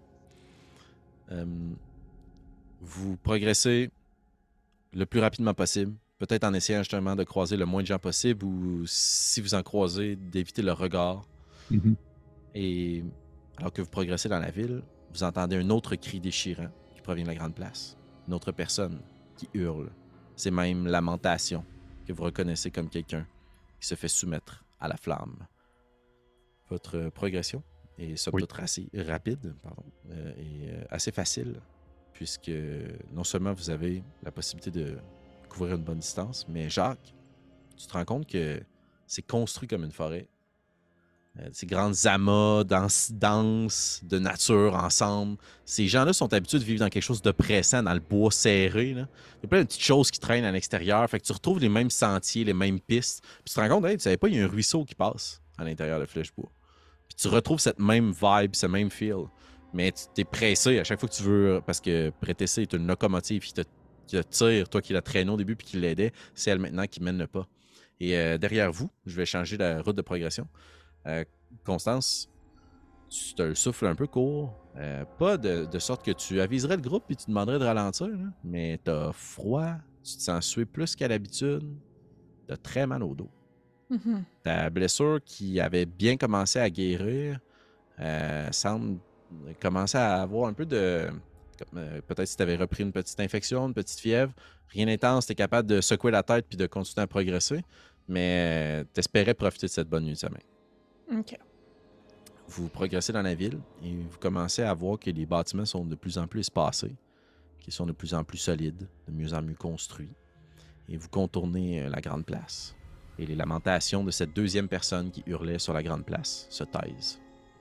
Vous progressez le plus rapidement possible. Peut-être en essayant justement de croiser le moins de gens possible ou si vous en croisez, d'éviter le regard. Mhm. Et alors que vous progressez dans la ville, vous entendez un autre cri déchirant qui provient de la grande place. Une autre personne qui hurle. C'est même lamentation que vous reconnaissez comme quelqu'un qui se fait soumettre à la flamme. Votre progression est somme toute assez rapide et assez facile, puisque non seulement vous avez la possibilité de couvrir une bonne distance, mais Jacques, tu te rends compte que c'est construit comme une forêt. Ces grandes amas denses de nature ensemble. Ces gens-là sont habitués de vivre dans quelque chose d'oppressant, dans le bois serré. Là. Il y a plein de petites choses qui traînent à l'extérieur. Fait que tu retrouves les mêmes sentiers, les mêmes pistes. Puis tu te rends compte, hey, tu savais pas, il y a un ruisseau qui passe à l'intérieur de Flèchebois. Puis tu retrouves cette même vibe, ce même feel. Mais tu t'es pressé à chaque fois que tu veux, parce que Prétessé est une locomotive qui te tire, toi qui la traînais au début puis qui l'aidait, c'est elle maintenant qui mène le pas. Et derrière vous, je vais changer la route de progression. Constance, tu te le souffles un peu court. Pas de sorte que tu aviserais le groupe et tu demanderais de ralentir, là, mais t'as froid, tu te sens suer plus qu'à l'habitude, t'as très mal au dos. Mhm. Ta blessure qui avait bien commencé à guérir semble commencer à avoir un peu de... peut-être si tu avais repris une petite infection, une petite fièvre, rien d'intense, tu es capable de secouer la tête puis de continuer à progresser, mais tu espérais profiter de cette bonne nuit de sommeil. OK. Vous progressez dans la ville et vous commencez à voir que les bâtiments sont de plus en plus espacés, qu'ils sont de plus en plus solides, de mieux en mieux construits. Et vous contournez la grande place. Et les lamentations de cette deuxième personne qui hurlait sur la grande place se taisent.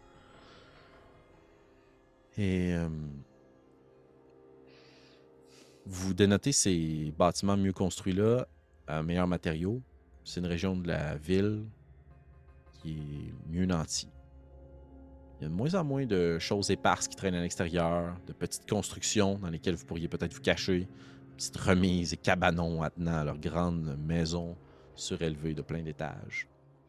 Et vous dénotez ces bâtiments mieux construits-là à meilleurs matériaux. C'est une région de la ville qui est mieux nantie. Il y a de moins en moins de choses éparses qui traînent à l'extérieur, de petites constructions dans lesquelles vous pourriez peut-être vous cacher, petites remises et cabanons attenant à leur grande maison surélevée de plein d'étages.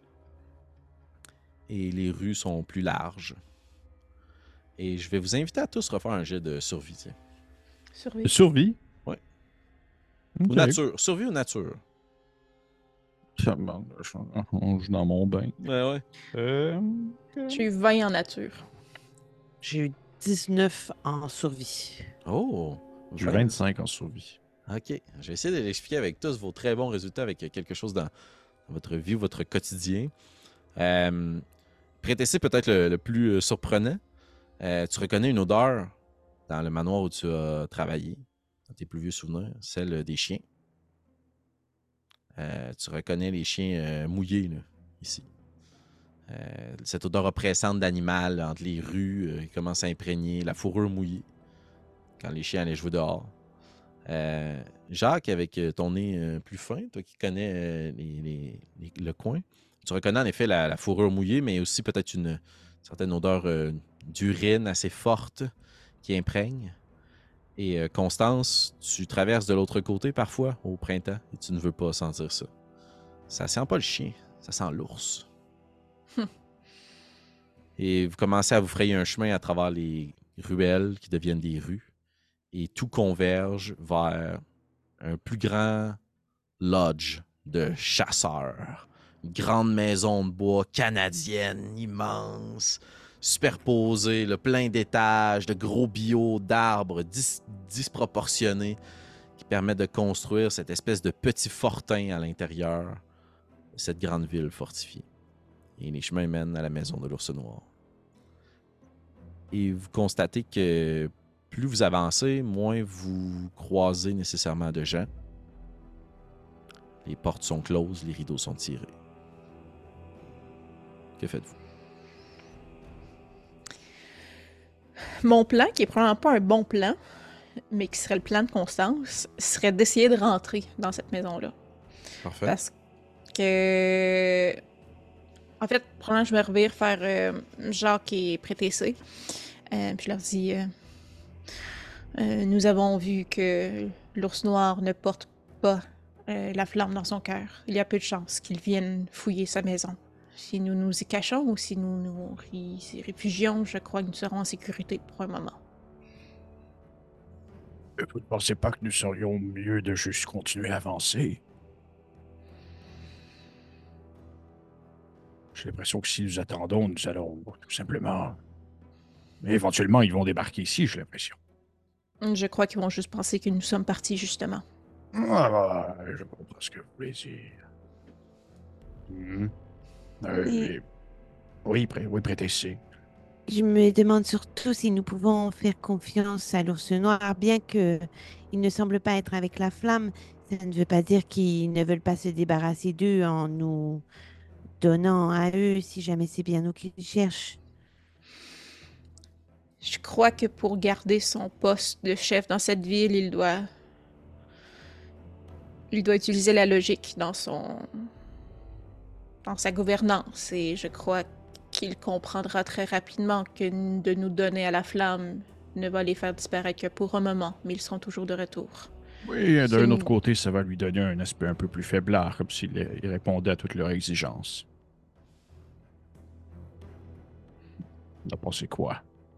Et les rues sont plus larges. Et je vais vous inviter à tous refaire un jet de survie. Tiens. Survie. Survie? Ouais. Okay. Ou nature. Survie ou nature? Je joue dans mon bain. Ouais. J'ai eu 20 en nature. J'ai eu 19 en survie. Oh! J'ai eu 25 en survie. OK. Je vais essayer de l'expliquer avec tous vos très bons résultats avec quelque chose dans votre vie ou votre quotidien. Prétessé peut-être le plus surprenant. Tu reconnais une odeur dans le manoir où tu as travaillé, dans tes plus vieux souvenirs, celle des chiens. Tu reconnais les chiens mouillés, là, ici. Cette odeur oppressante d'animal entre les rues qui commence à imprégner, la fourrure mouillée, quand les chiens allaient jouer dehors. Jacques, avec ton nez plus fin, toi qui connais le coin, tu reconnais en effet la fourrure mouillée, mais aussi peut-être une certaine odeur d'urine assez forte qui imprègne. Et Constance, tu traverses de l'autre côté parfois au printemps et tu ne veux pas sentir ça. Ça sent pas le chien, ça sent l'ours. Et vous commencez à vous frayer un chemin à travers les ruelles qui deviennent des rues. Et tout converge vers un plus grand lodge de chasseurs. Une grande maison de bois canadienne, immense, superposée, là, plein d'étages, de gros bio, d'arbres disproportionnés qui permettent de construire cette espèce de petit fortin à l'intérieur de cette grande ville fortifiée. Et les chemins mènent à la maison de l'ours noir. Et vous constatez que plus vous avancez, moins vous croisez nécessairement de gens. Les portes sont closes, les rideaux sont tirés. Que faites-vous? Mon plan, qui est probablement pas un bon plan, mais qui serait le plan de Constance, serait d'essayer de rentrer dans cette maison-là. Parfait. Parce que... En fait, probablement, je me revire faire Jacques et Prétessé. Puis je leur dis nous avons vu que l'ours noir ne porte pas la flamme dans son cœur. Il y a peu de chances qu'il vienne fouiller sa maison. Si nous nous y cachons ou si nous nous y réfugions, je crois que nous serons en sécurité pour un moment. Vous ne pensez pas que nous serions mieux de juste continuer à avancer? J'ai l'impression que si nous attendons, nous allons tout simplement... Mais éventuellement, ils vont débarquer ici, j'ai l'impression. Je crois qu'ils vont juste penser que nous sommes partis, justement. Ah, je comprends ce que vous voulez dire. Et- Oui, prêtez-y. Je me demande surtout si nous pouvons faire confiance à l'ours noir, bien que il ne semble pas être avec la flamme. Ça ne veut pas dire qu'ils ne veulent pas se débarrasser d'eux en nous donnant à eux, si jamais c'est bien nous qu'ils cherchent. Je crois que pour garder son poste de chef dans cette ville, il doit utiliser la logique dans sa gouvernance. Et je crois qu'il comprendra très rapidement que de nous donner à la flamme ne va les faire disparaître que pour un moment, mais ils seront toujours de retour. Oui, C'est d'un une- autre côté, ça va lui donner un aspect un peu plus faiblard, comme s'il répondait à toutes leurs exigences. Vous en pensez quoi?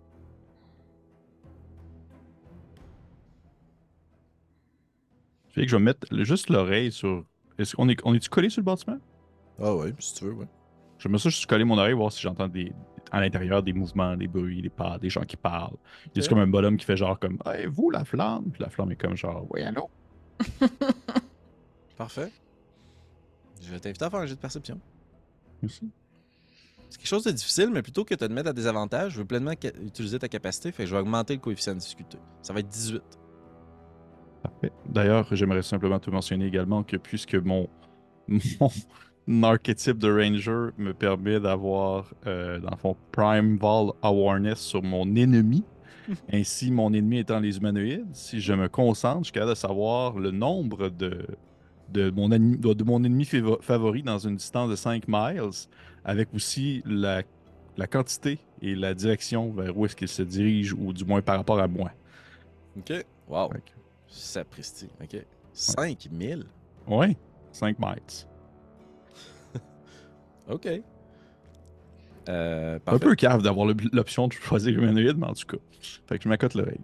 Fait que je vais mettre juste l'oreille sur... On est-tu collé sur le bâtiment? Ah ouais, si tu veux, ouais. Je me suis juste coller mon oreille, voir si j'entends à l'intérieur des mouvements, des bruits, des pas, des gens qui parlent. Il y a comme un bonhomme qui fait genre comme hey, vous la flamme? Puis la flamme est comme genre oui, allô? Parfait. Je vais t'inviter à faire un jet de perception. Merci. C'est quelque chose de difficile, mais plutôt que de te mettre à des avantages, je veux pleinement utiliser ta capacité, fait que je vais augmenter le coefficient de difficulté. Ça va être 18. Parfait. D'ailleurs, j'aimerais simplement te mentionner également que puisque mon archétype de ranger me permet d'avoir, dans le fond, Primeval Awareness sur mon ennemi, ainsi mon ennemi étant les humanoïdes, si je me concentre, je suis capable de savoir le nombre de mon ennemi favori dans une distance de 5 miles, avec aussi la quantité et la direction vers où est-ce qu'il se dirige, ou du moins par rapport à moi. Ok. Wow. Fait que- Sapristi. Ok. 5000. Ouais, 5 miles. Ok. Un Parfait. peu cave d'avoir l'option de choisir humanoïde, mais en tout cas. Fait que je m'accote l'oreille.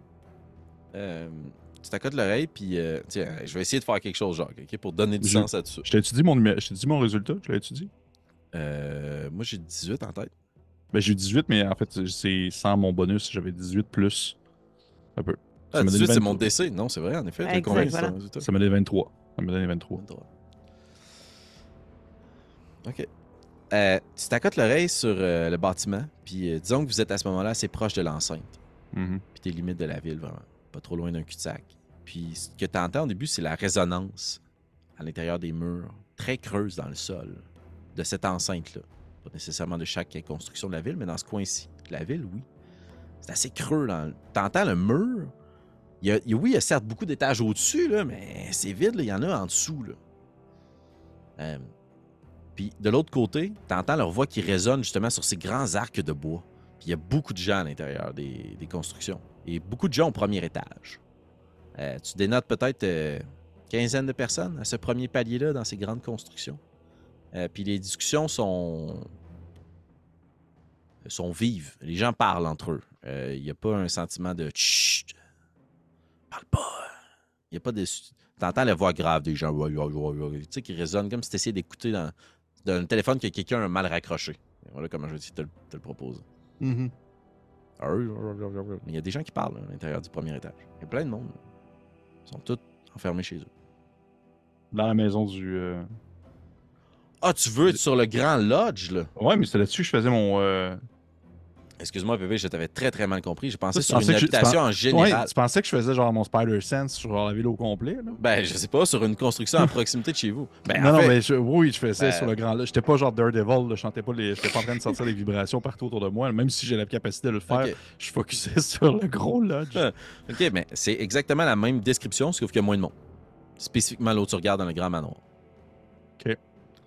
Tu t'accotes l'oreille, puis tiens, je vais essayer de faire quelque chose, Jacques, ok, pour donner du Je- sens à tout ça. Je t'ai étudié mon résultat, je l'ai étudié. Moi, j'ai 18 en tête. Ben, j'ai eu 18, mais en fait, c'est sans mon bonus, j'avais 18 plus. Un peu. Ah, Ça m'a donné 18, c'est 23. mon DC. Non, c'est vrai, en effet. T'as Exact, combien, voilà. ton résultat? Ça m'a donné 23. Ça m'a donné 23. 23. Ok. Tu t'accotes l'oreille sur le bâtiment, puis disons que vous êtes à ce moment-là assez proche de l'enceinte, Mhm. puis t'es limite de la ville, vraiment. Pas trop loin d'un cul-de-sac. Puis ce que t'entends au début, c'est la résonance à l'intérieur des murs, très creuse dans le sol, de cette enceinte-là. Pas nécessairement de chaque construction de la ville, mais dans ce coin-ci. De la ville, oui. C'est assez creux. T'entends le mur. Oui, il y a certes beaucoup d'étages au-dessus, là, mais c'est vide. Là. Il y en a en dessous. Là. Puis de l'autre côté, t'entends leur voix qui résonne justement sur ces grands arcs de bois. Puis il y a beaucoup de gens à l'intérieur des constructions. Et beaucoup de gens au premier étage. Tu dénotes peut-être quinzaine de personnes à ce premier palier-là dans ces grandes constructions. Puis les discussions sont vives. Les gens parlent entre eux. Il n'y a pas un sentiment de chut, parle pas. Il n'y a pas de. T'entends la voix grave des gens, tu sais, qui résonne comme si tu essayais d'écouter dans un téléphone que quelqu'un a mal raccroché. Voilà comment je vais te le propose. Mhm. Mais il y a des gens qui parlent à l'intérieur du premier étage. Il y a plein de monde. Ils sont tous enfermés chez eux. Dans la maison du. Ah, tu veux être sur le grand lodge, là? Ouais, mais c'est là-dessus que je faisais mon. Excuse-moi, bébé, je t'avais très très mal compris. J'ai pensé Tu sur une pensais que habitation en général. Ouais, tu pensais que je faisais genre mon Spider Sense sur la ville au complet, là? Ben, je sais pas, sur une construction à proximité de chez vous. Ben, non, en non, fait, mais oui, je faisais ben- sur le grand là. J'étais pas genre Daredevil, là. J'étais pas en train de sortir des vibrations partout autour de moi. Même si j'ai la capacité de le faire, Ok. je focusais sur le gros lodge. OK, mais c'est exactement la même description, sauf qu'il y a moins de monde. Spécifiquement, l'autre tu regardes dans le grand manoir. OK.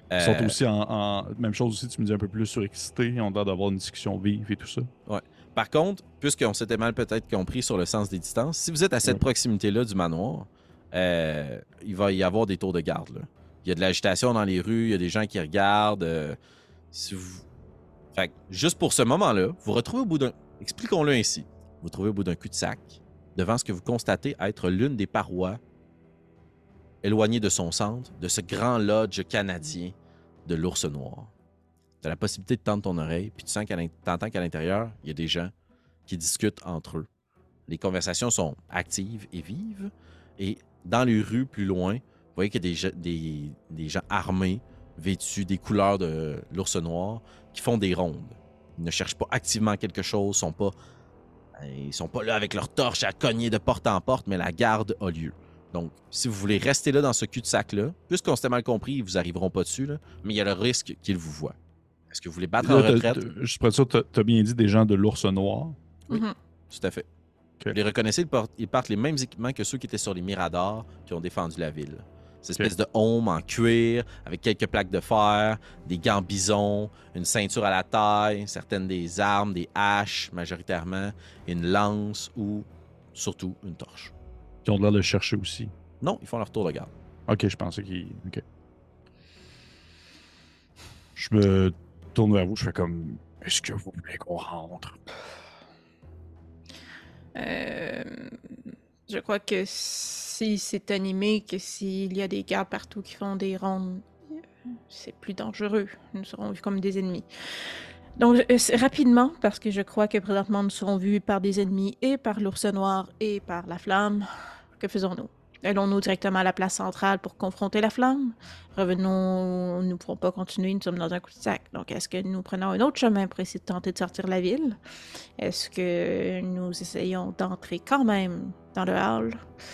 Ils sont aussi Même chose aussi, tu me dis un peu plus surexcités, on a l'air d'avoir une discussion vive et tout ça. Ouais. Par contre, puisqu'on s'était mal peut-être compris sur le sens des distances, si vous êtes à cette proximité-là du manoir, il va y avoir des tours de garde. Là. Il y a de l'agitation dans les rues, il y a des gens qui regardent. Si vous... Fait que, juste pour ce moment-là, vous retrouvez au bout d'un... Expliquons-le ainsi. Vous vous trouvez au bout d'un cul-de-sac, devant ce que vous constatez être l'une des parois éloignées de son centre, de ce grand lodge canadien de l'ours noir. Tu as la possibilité de tendre ton oreille, puis tu sens t'entends qu'à l'intérieur, il y a des gens qui discutent entre eux. Les conversations sont actives et vives, et dans les rues plus loin, vous voyez qu'il y a des gens armés, vêtus des couleurs de l'ours noir, qui font des rondes. Ils ne cherchent pas activement quelque chose, ils sont pas là avec leur torche à cogner de porte en porte, mais la garde a lieu. Donc, si vous voulez rester là dans ce cul-de-sac-là, puisqu'on s'était mal compris, ils vous arriveront pas dessus, là, mais il y a le risque qu'ils vous voient. Est-ce que vous voulez battre en retraite? Je suis pas sûr, t'as bien dit des gens de l'ours noir. Oui, tout à fait. Okay. Vous les reconnaissez, ils portent les mêmes équipements que ceux qui étaient sur les miradors qui ont défendu la ville. Cette espèce de aume en cuir, avec quelques plaques de fer, des gants bison, une ceinture à la taille, certaines des armes, des haches majoritairement, une lance ou surtout une torche. Ils ont l'air de le chercher aussi. Non, ils font leur tour de garde. Ok, je pensais qu'ils... Ok. Je me tourne vers vous, je fais comme... Est-ce que vous voulez qu'on rentre? Je crois que si c'est animé, que s'il y a des gardes partout qui font des rondes, c'est plus dangereux. Nous serons vus comme des ennemis. Donc, rapidement, parce que je crois que présentement nous serons vus par des ennemis et par l'ours noir et par la flamme, que faisons-nous? Allons-nous directement à la place centrale pour confronter la flamme? Revenons, nous ne pourrons pas continuer, nous sommes dans un cul-de-sac. Donc, est-ce que nous prenons un autre chemin pour essayer de tenter de sortir de la ville? Est-ce que nous essayons d'entrer quand même dans le hall?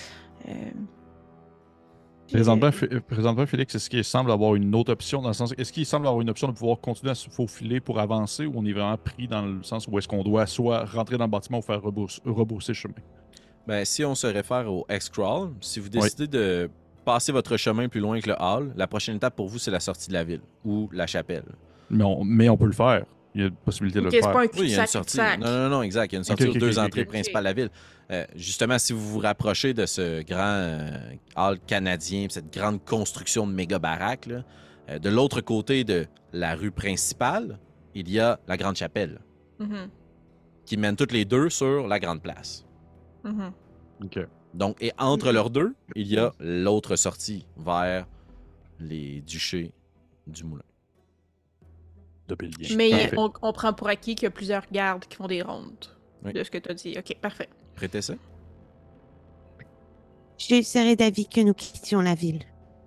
Présentement, Félix, est-ce qu'il semble avoir une autre option dans le sens... Est-ce qu'il semble avoir une option de pouvoir continuer à se faufiler pour avancer ou on est vraiment pris dans le sens où est-ce qu'on doit soit rentrer dans le bâtiment ou faire rebrousser le chemin? Ben, si on se réfère au X-Crawl, si vous décidez de passer votre chemin plus loin que le hall, la prochaine étape pour vous, c'est la sortie de la ville ou la chapelle. Mais on peut le faire. Il y a une possibilité de le c'est faire. pas un Oui, il y a une cul-de-sac, sortie. Non, exact. Il y a une sortie aux deux entrées principales de la ville. Justement, si vous vous rapprochez de ce grand hall canadien, cette grande construction de méga baraques, là, de l'autre côté de la rue principale, il y a la grande chapelle qui mène toutes les deux sur la grande place. OK. Donc, et entre leurs deux, il y a l'autre sortie vers les duchés du Moulin. De Bélier. Mais on prend pour acquis qu'il y a plusieurs gardes qui font des rondes. Oui. De ce que tu as dit. OK, parfait. Prêtez ça? Je serais d'avis que nous quittions la ville.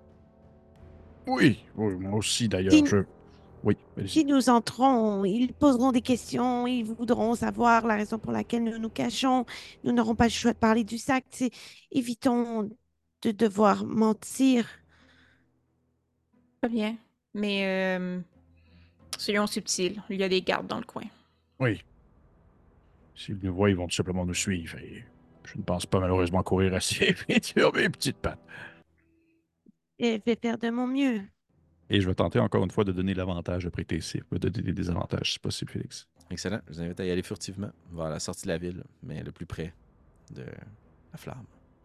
Oui, moi aussi d'ailleurs. Oui, si nous entrons, ils poseront des questions, ils voudront savoir la raison pour laquelle nous nous cachons. Nous n'aurons pas le choix de parler du sac. Évitons de devoir mentir. Très bien. Mais soyons subtils. Il y a des gardes dans le coin. Oui. S'ils nous voient, ils vont tout simplement nous suivre. Et je ne pense pas malheureusement courir assez vite sur mes petites pattes. Je vais faire de mon mieux. Et je vais tenter encore une fois de donner l'avantage de prêter ici. Je vais donner des désavantages, si possible, Félix. Excellent. Je vous invite à y aller furtivement vers la sortie de la ville, mais le plus près de la flamme.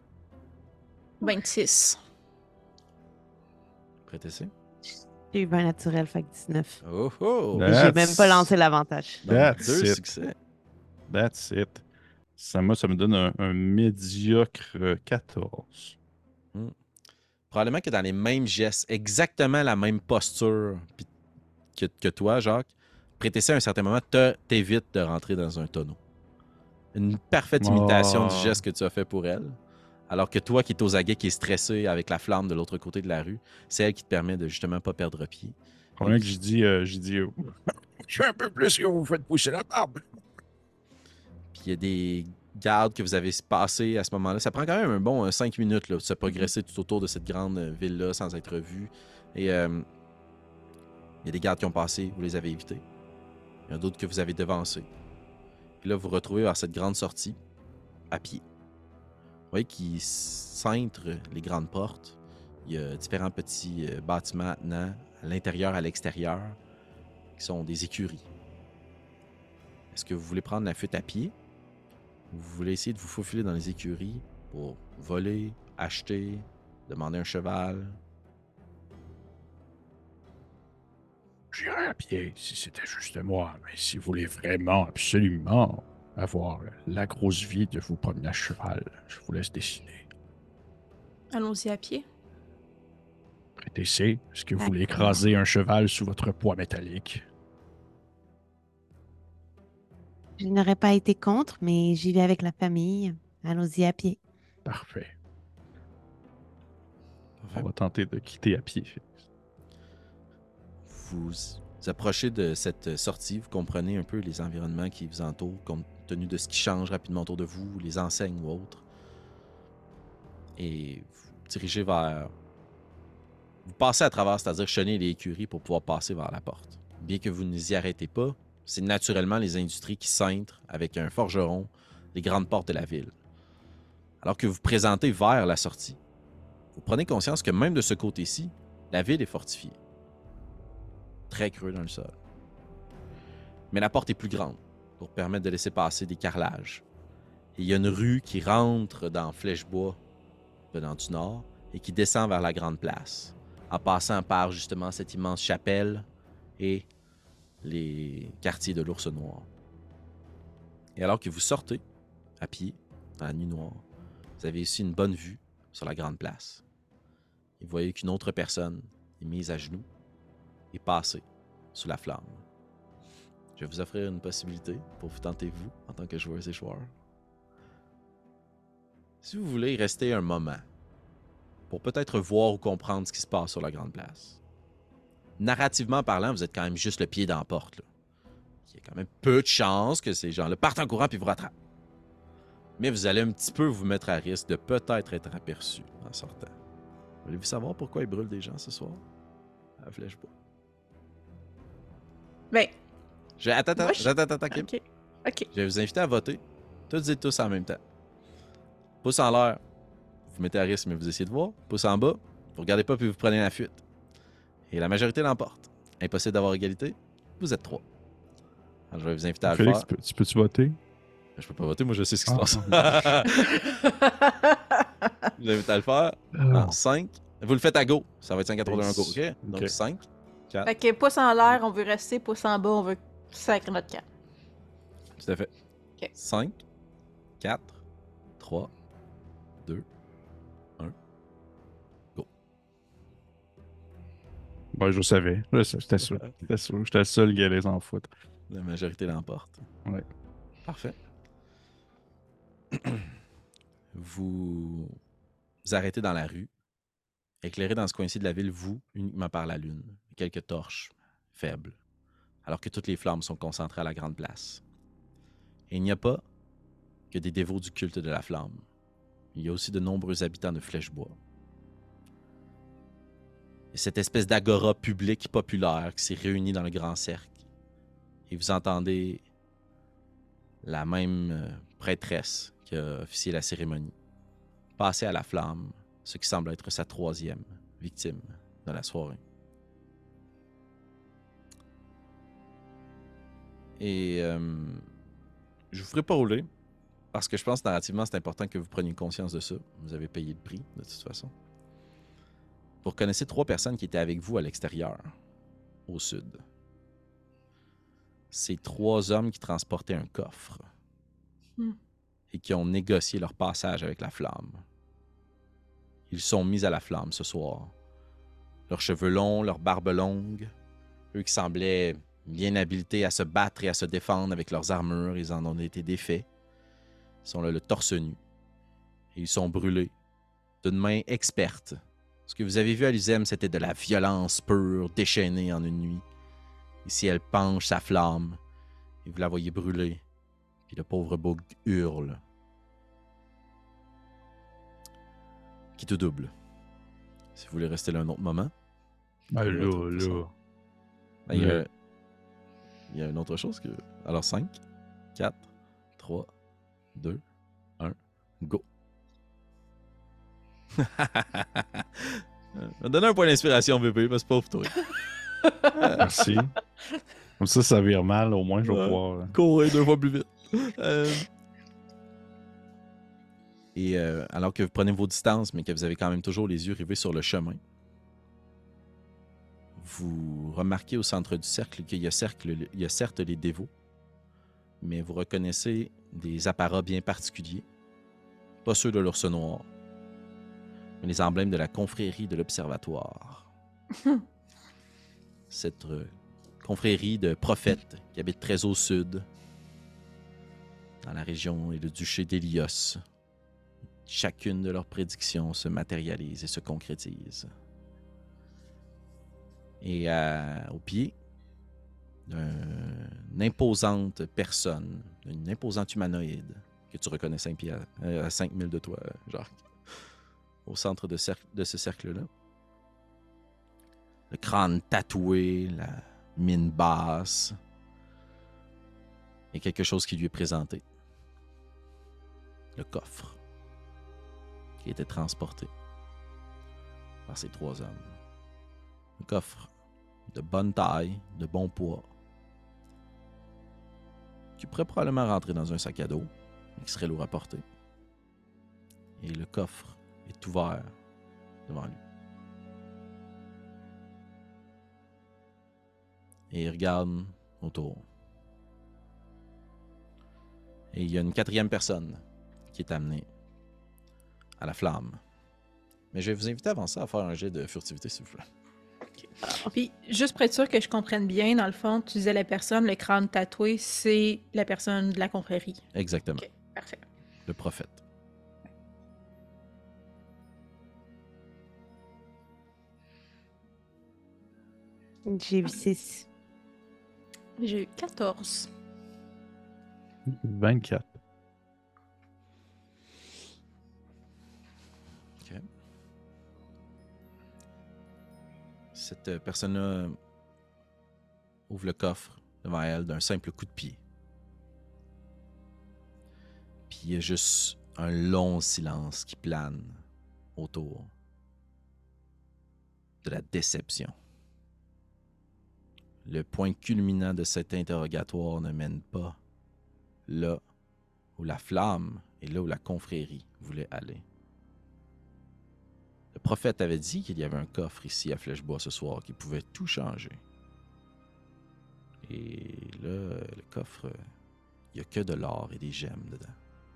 26. Prêtez ça? J'ai eu 20 naturel, fait que 19. Oh oh! J'ai même pas lancé l'avantage. Donc, 2 succès. That's it. Ça me donne un médiocre 14. Probablement que dans les mêmes gestes, exactement la même posture que toi, Jacques, prêter ça à un certain moment t'évite de rentrer dans un tonneau. Une parfaite imitation du geste que tu as fait pour elle. Alors que toi, qui es aux aguets, qui est stressé avec la flamme de l'autre côté de la rue, c'est elle qui te permet de justement pas perdre pied. Combien que j'ai dit, je suis un peu plus que vous faites pousser la barbe. Puis il y a des gardes que vous avez passés à ce moment-là. Ça prend quand même un bon 5 minutes là, de se progresser tout autour de cette grande ville-là sans être vu. Et il y a des gardes qui ont passé, vous les avez évités. Il y en a d'autres que vous avez devancés. Puis là, vous vous retrouvez vers cette grande sortie à pied. Vous voyez qui cintre les grandes portes. Il y a différents petits bâtiments attenants à l'intérieur, à l'extérieur, qui sont des écuries. Est-ce que vous voulez prendre la fuite à pied? Ou vous voulez essayer de vous faufiler dans les écuries pour voler, acheter, demander un cheval? J'irais à pied si c'était juste moi, mais si vous voulez vraiment, absolument avoir la grosse vie de vous promener à cheval, je vous laisse décider. Allons-y à pied. Prêtez-c'est. Est-ce que vous voulez D'accord. écraser un cheval sous votre poids métallique? Je n'aurais pas été contre, mais j'y vais avec la famille. Allons-y à pied. Parfait. Parfait. On va tenter de quitter à pied. Vous approchez de cette sortie, vous comprenez un peu les environnements qui vous entourent, compte tenu de ce qui change rapidement autour de vous, les enseignes ou autres. Et vous dirigez vers... Vous passez à travers, c'est-à-dire chenez les écuries pour pouvoir passer vers la porte. Bien que vous ne y arrêtez pas, c'est naturellement les industries qui cintrent avec un forgeron les grandes portes de la ville. Alors que vous vous présentez vers la sortie, vous prenez conscience que même de ce côté-ci, la ville est fortifiée. Très creux dans le sol. Mais la porte est plus grande pour permettre de laisser passer des carrelages. Et il y a une rue qui rentre dans Flèchebois, venant du nord, et qui descend vers la grande place, en passant par justement cette immense chapelle et les quartiers de l'Ours Noir. Et alors que vous sortez, à pied, dans la nuit noire, vous avez ici une bonne vue sur la grande place. Et vous voyez qu'une autre personne est mise à genoux et passée sous la flamme. Je vais vous offrir une possibilité pour vous tenter vous en tant que joueuse et joueur. Si vous voulez rester un moment pour peut-être voir ou comprendre ce qui se passe sur la grande place. Narrativement parlant, vous êtes quand même juste le pied dans la porte. Là. Il y a quand même peu de chances que ces gens-là partent en courant puis vous rattrapent. Mais vous allez un petit peu vous mettre à risque de peut-être être aperçu en sortant. Voulez-vous savoir pourquoi ils brûlent des gens ce soir? À Flèchebois. Ben, Attends, Kim. OK. Je vais vous inviter à voter. Toutes et tous en même temps. Pouce en l'air, vous mettez à risque, mais vous essayez de voir. Pouce en bas, vous regardez pas puis vous prenez la fuite. Et la majorité l'emporte. Impossible d'avoir égalité, vous êtes 3. Alors, je vais vous inviter à Félix, le faire. tu peux-tu voter? Je peux pas voter, moi je sais ce qui se Ah, passe. Je vous invite à le faire. Ah. 5. Vous le faites à go. Ça va être 5 à 3 1 go, ok? Donc Ok. 5, 4. Fait que pouce en l'air, on veut rester, pouce en bas, on veut sacrer notre camp. Tout à fait. Ok. 5, 4, 3, 2, 1. Ouais, je savais. J'étais sûr. J'étais le seul qui allait s'en foutre. La majorité l'emporte. Ouais. Parfait. Vous arrêtez dans la rue, éclairé dans ce coin-ci de la ville, vous, uniquement par la lune, quelques torches faibles, alors que toutes les flammes sont concentrées à la grande place. Et il n'y a pas que des dévots du culte de la flamme. Il y a aussi de nombreux habitants de Flèchebois. Et cette espèce d'agora publique populaire qui s'est réunie dans le grand cercle. Et vous entendez la même prêtresse qui a officié la cérémonie passer à la flamme, ce qui semble être sa 3e victime de la soirée. Et je vous ferai pas rouler, parce que je pense narrativement c'est important que vous preniez conscience de ça. Vous avez payé le prix, de toute façon. Vous reconnaissez 3 personnes qui étaient avec vous à l'extérieur, au sud. C'est 3 hommes qui transportaient un coffre et qui ont négocié leur passage avec la flamme. Ils sont mis à la flamme ce soir. Leurs cheveux longs, leurs barbes longues, eux qui semblaient bien habilités à se battre et à se défendre avec leurs armures, ils en ont été défaits. Ils sont là le torse nu. Et ils sont brûlés d'une main experte. Ce que vous avez vu à l'Uzem, c'était de la violence pure, déchaînée en une nuit. Ici, elle penche sa flamme, et vous la voyez brûler. Puis le pauvre Boug hurle. Qui te double. Si vous voulez rester là un autre moment. Ah, vous pouvez là, ça. là. Ben, il y a une autre chose que... Alors 5, 4, 3, 2, 1, go. On donne un point d'inspiration, VP, mais c'est pas pour toi. Merci. Comme ça vire mal, au moins, je vais pouvoir. Courir 2 fois plus vite. Et alors que vous prenez vos distances, mais que vous avez quand même toujours les yeux rivés sur le chemin, vous remarquez au centre du cercle qu'il y a certes les dévots, mais vous reconnaissez des apparats bien particuliers, pas ceux de l'ours noir, mais les emblèmes de la confrérie de l'Observatoire. Cette confrérie de prophètes qui habitent très au sud, dans la région et le duché d'Hélios. Chacune de leurs prédictions se matérialise et se concrétise. Et au pied d'une imposante personne, une imposante humanoïde, que tu reconnais 5 pieds à 5000 de toi, Jacques, au centre de ce cercle-là. Le crâne tatoué, la mine basse, et quelque chose qui lui est présenté. Le coffre qui était transporté par ces 3 hommes. Un coffre de bonne taille, de bon poids, qui pourrait probablement rentrer dans un sac à dos, mais qui serait lourd à porter. Et le coffre est ouvert devant lui. Et il regarde autour. Et il y a une 4e personne qui est amenée à la flamme. Mais je vais vous inviter avant ça à faire un jet de furtivité, s'il vous plaît. Puis, juste pour être sûr que je comprenne bien, dans le fond, tu disais la personne, le crâne tatoué, c'est la personne de la confrérie. Exactement. Ok, parfait. Le prophète. J'ai eu 6. J'ai eu 14. 24. OK. Cette personne-là ouvre le coffre devant elle d'un simple coup de pied. Puis il y a juste un long silence qui plane autour de la déception. Le point culminant de cet interrogatoire ne mène pas là où la flamme et là où la confrérie voulait aller. Le prophète avait dit qu'il y avait un coffre ici à Flèchebois ce soir qui pouvait tout changer. Et là, le coffre, il n'y a que de l'or et des gemmes dedans.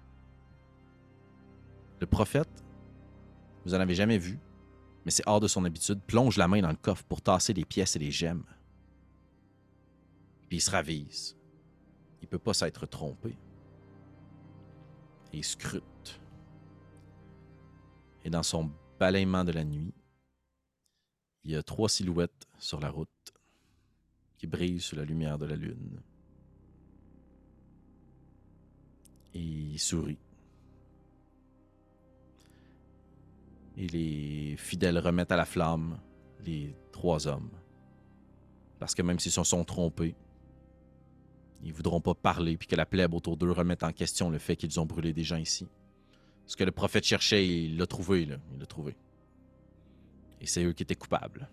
Le prophète, vous n'en avez jamais vu, mais c'est hors de son habitude, plonge la main dans le coffre pour tasser les pièces et les gemmes. Puis il se ravise. Il peut pas s'être trompé. Et il scrute. Et dans son balayement de la nuit, il y a 3 silhouettes sur la route qui brillent sous la lumière de la lune. Et il sourit. Et les fidèles remettent à la flamme les 3 hommes. Parce que même s'ils se sont trompés, ils ne voudront pas parler puis que la plèbe autour d'eux remette en question le fait qu'ils ont brûlé des gens ici. Ce que le prophète cherchait, il l'a trouvé, là. Il l'a trouvé. Et c'est eux qui étaient coupables.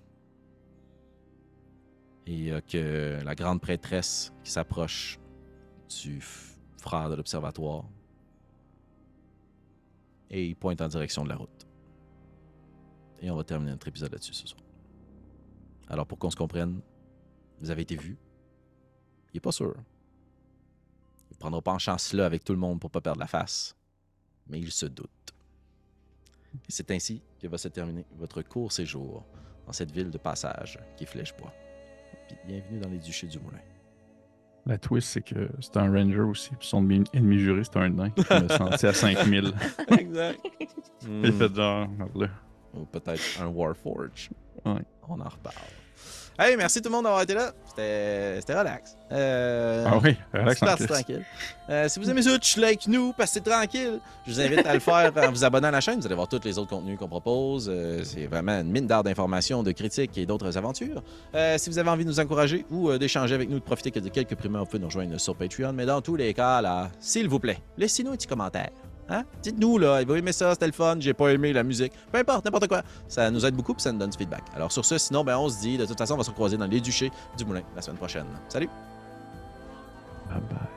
Et que la grande prêtresse qui s'approche du frère de l'Observatoire et il pointe en direction de la route. Et on va terminer notre épisode là-dessus ce soir. Alors pour qu'on se comprenne, vous avez été vus. Il n'est pas sûr. Il ne prendra pas en chance là avec tout le monde pour ne pas perdre la face. Mais il se doute. Et c'est ainsi que va se terminer votre court séjour dans cette ville de passage qui est Flèchebois. Puis bienvenue dans les Duchés du Moulin. La twist, c'est que c'est un ranger aussi. Puis son ennemi juré, c'est un nain. Je me sentais à 5000. Exact. Il fait genre, là. Ou peut-être un Warforge. Ouais. On en reparle. Hey, merci tout le monde d'avoir été là. C'était relax. Ah oui, relax c'est parti tranquille. Si vous aimez ça, like nous, passez tranquille. Je vous invite à le faire en vous abonnant à la chaîne. Vous allez voir tous les autres contenus qu'on propose. C'est vraiment une mine d'art d'informations, de critiques et d'autres aventures. Si vous avez envie de nous encourager ou d'échanger avec nous, de profiter de quelques primeurs, vous pouvez nous rejoindre sur Patreon. Mais dans tous les cas, là, s'il vous plaît, laissez-nous un petit commentaire. Hein? Dites-nous, là, avez-vous aimé ça, c'était le fun, j'ai pas aimé la musique. Peu importe, n'importe quoi. Ça nous aide beaucoup, puis ça nous donne du feedback. Alors sur ce, sinon, ben on se dit, de toute façon, on va se recroiser dans les Duchés du Moulin la semaine prochaine. Salut! Bye bye.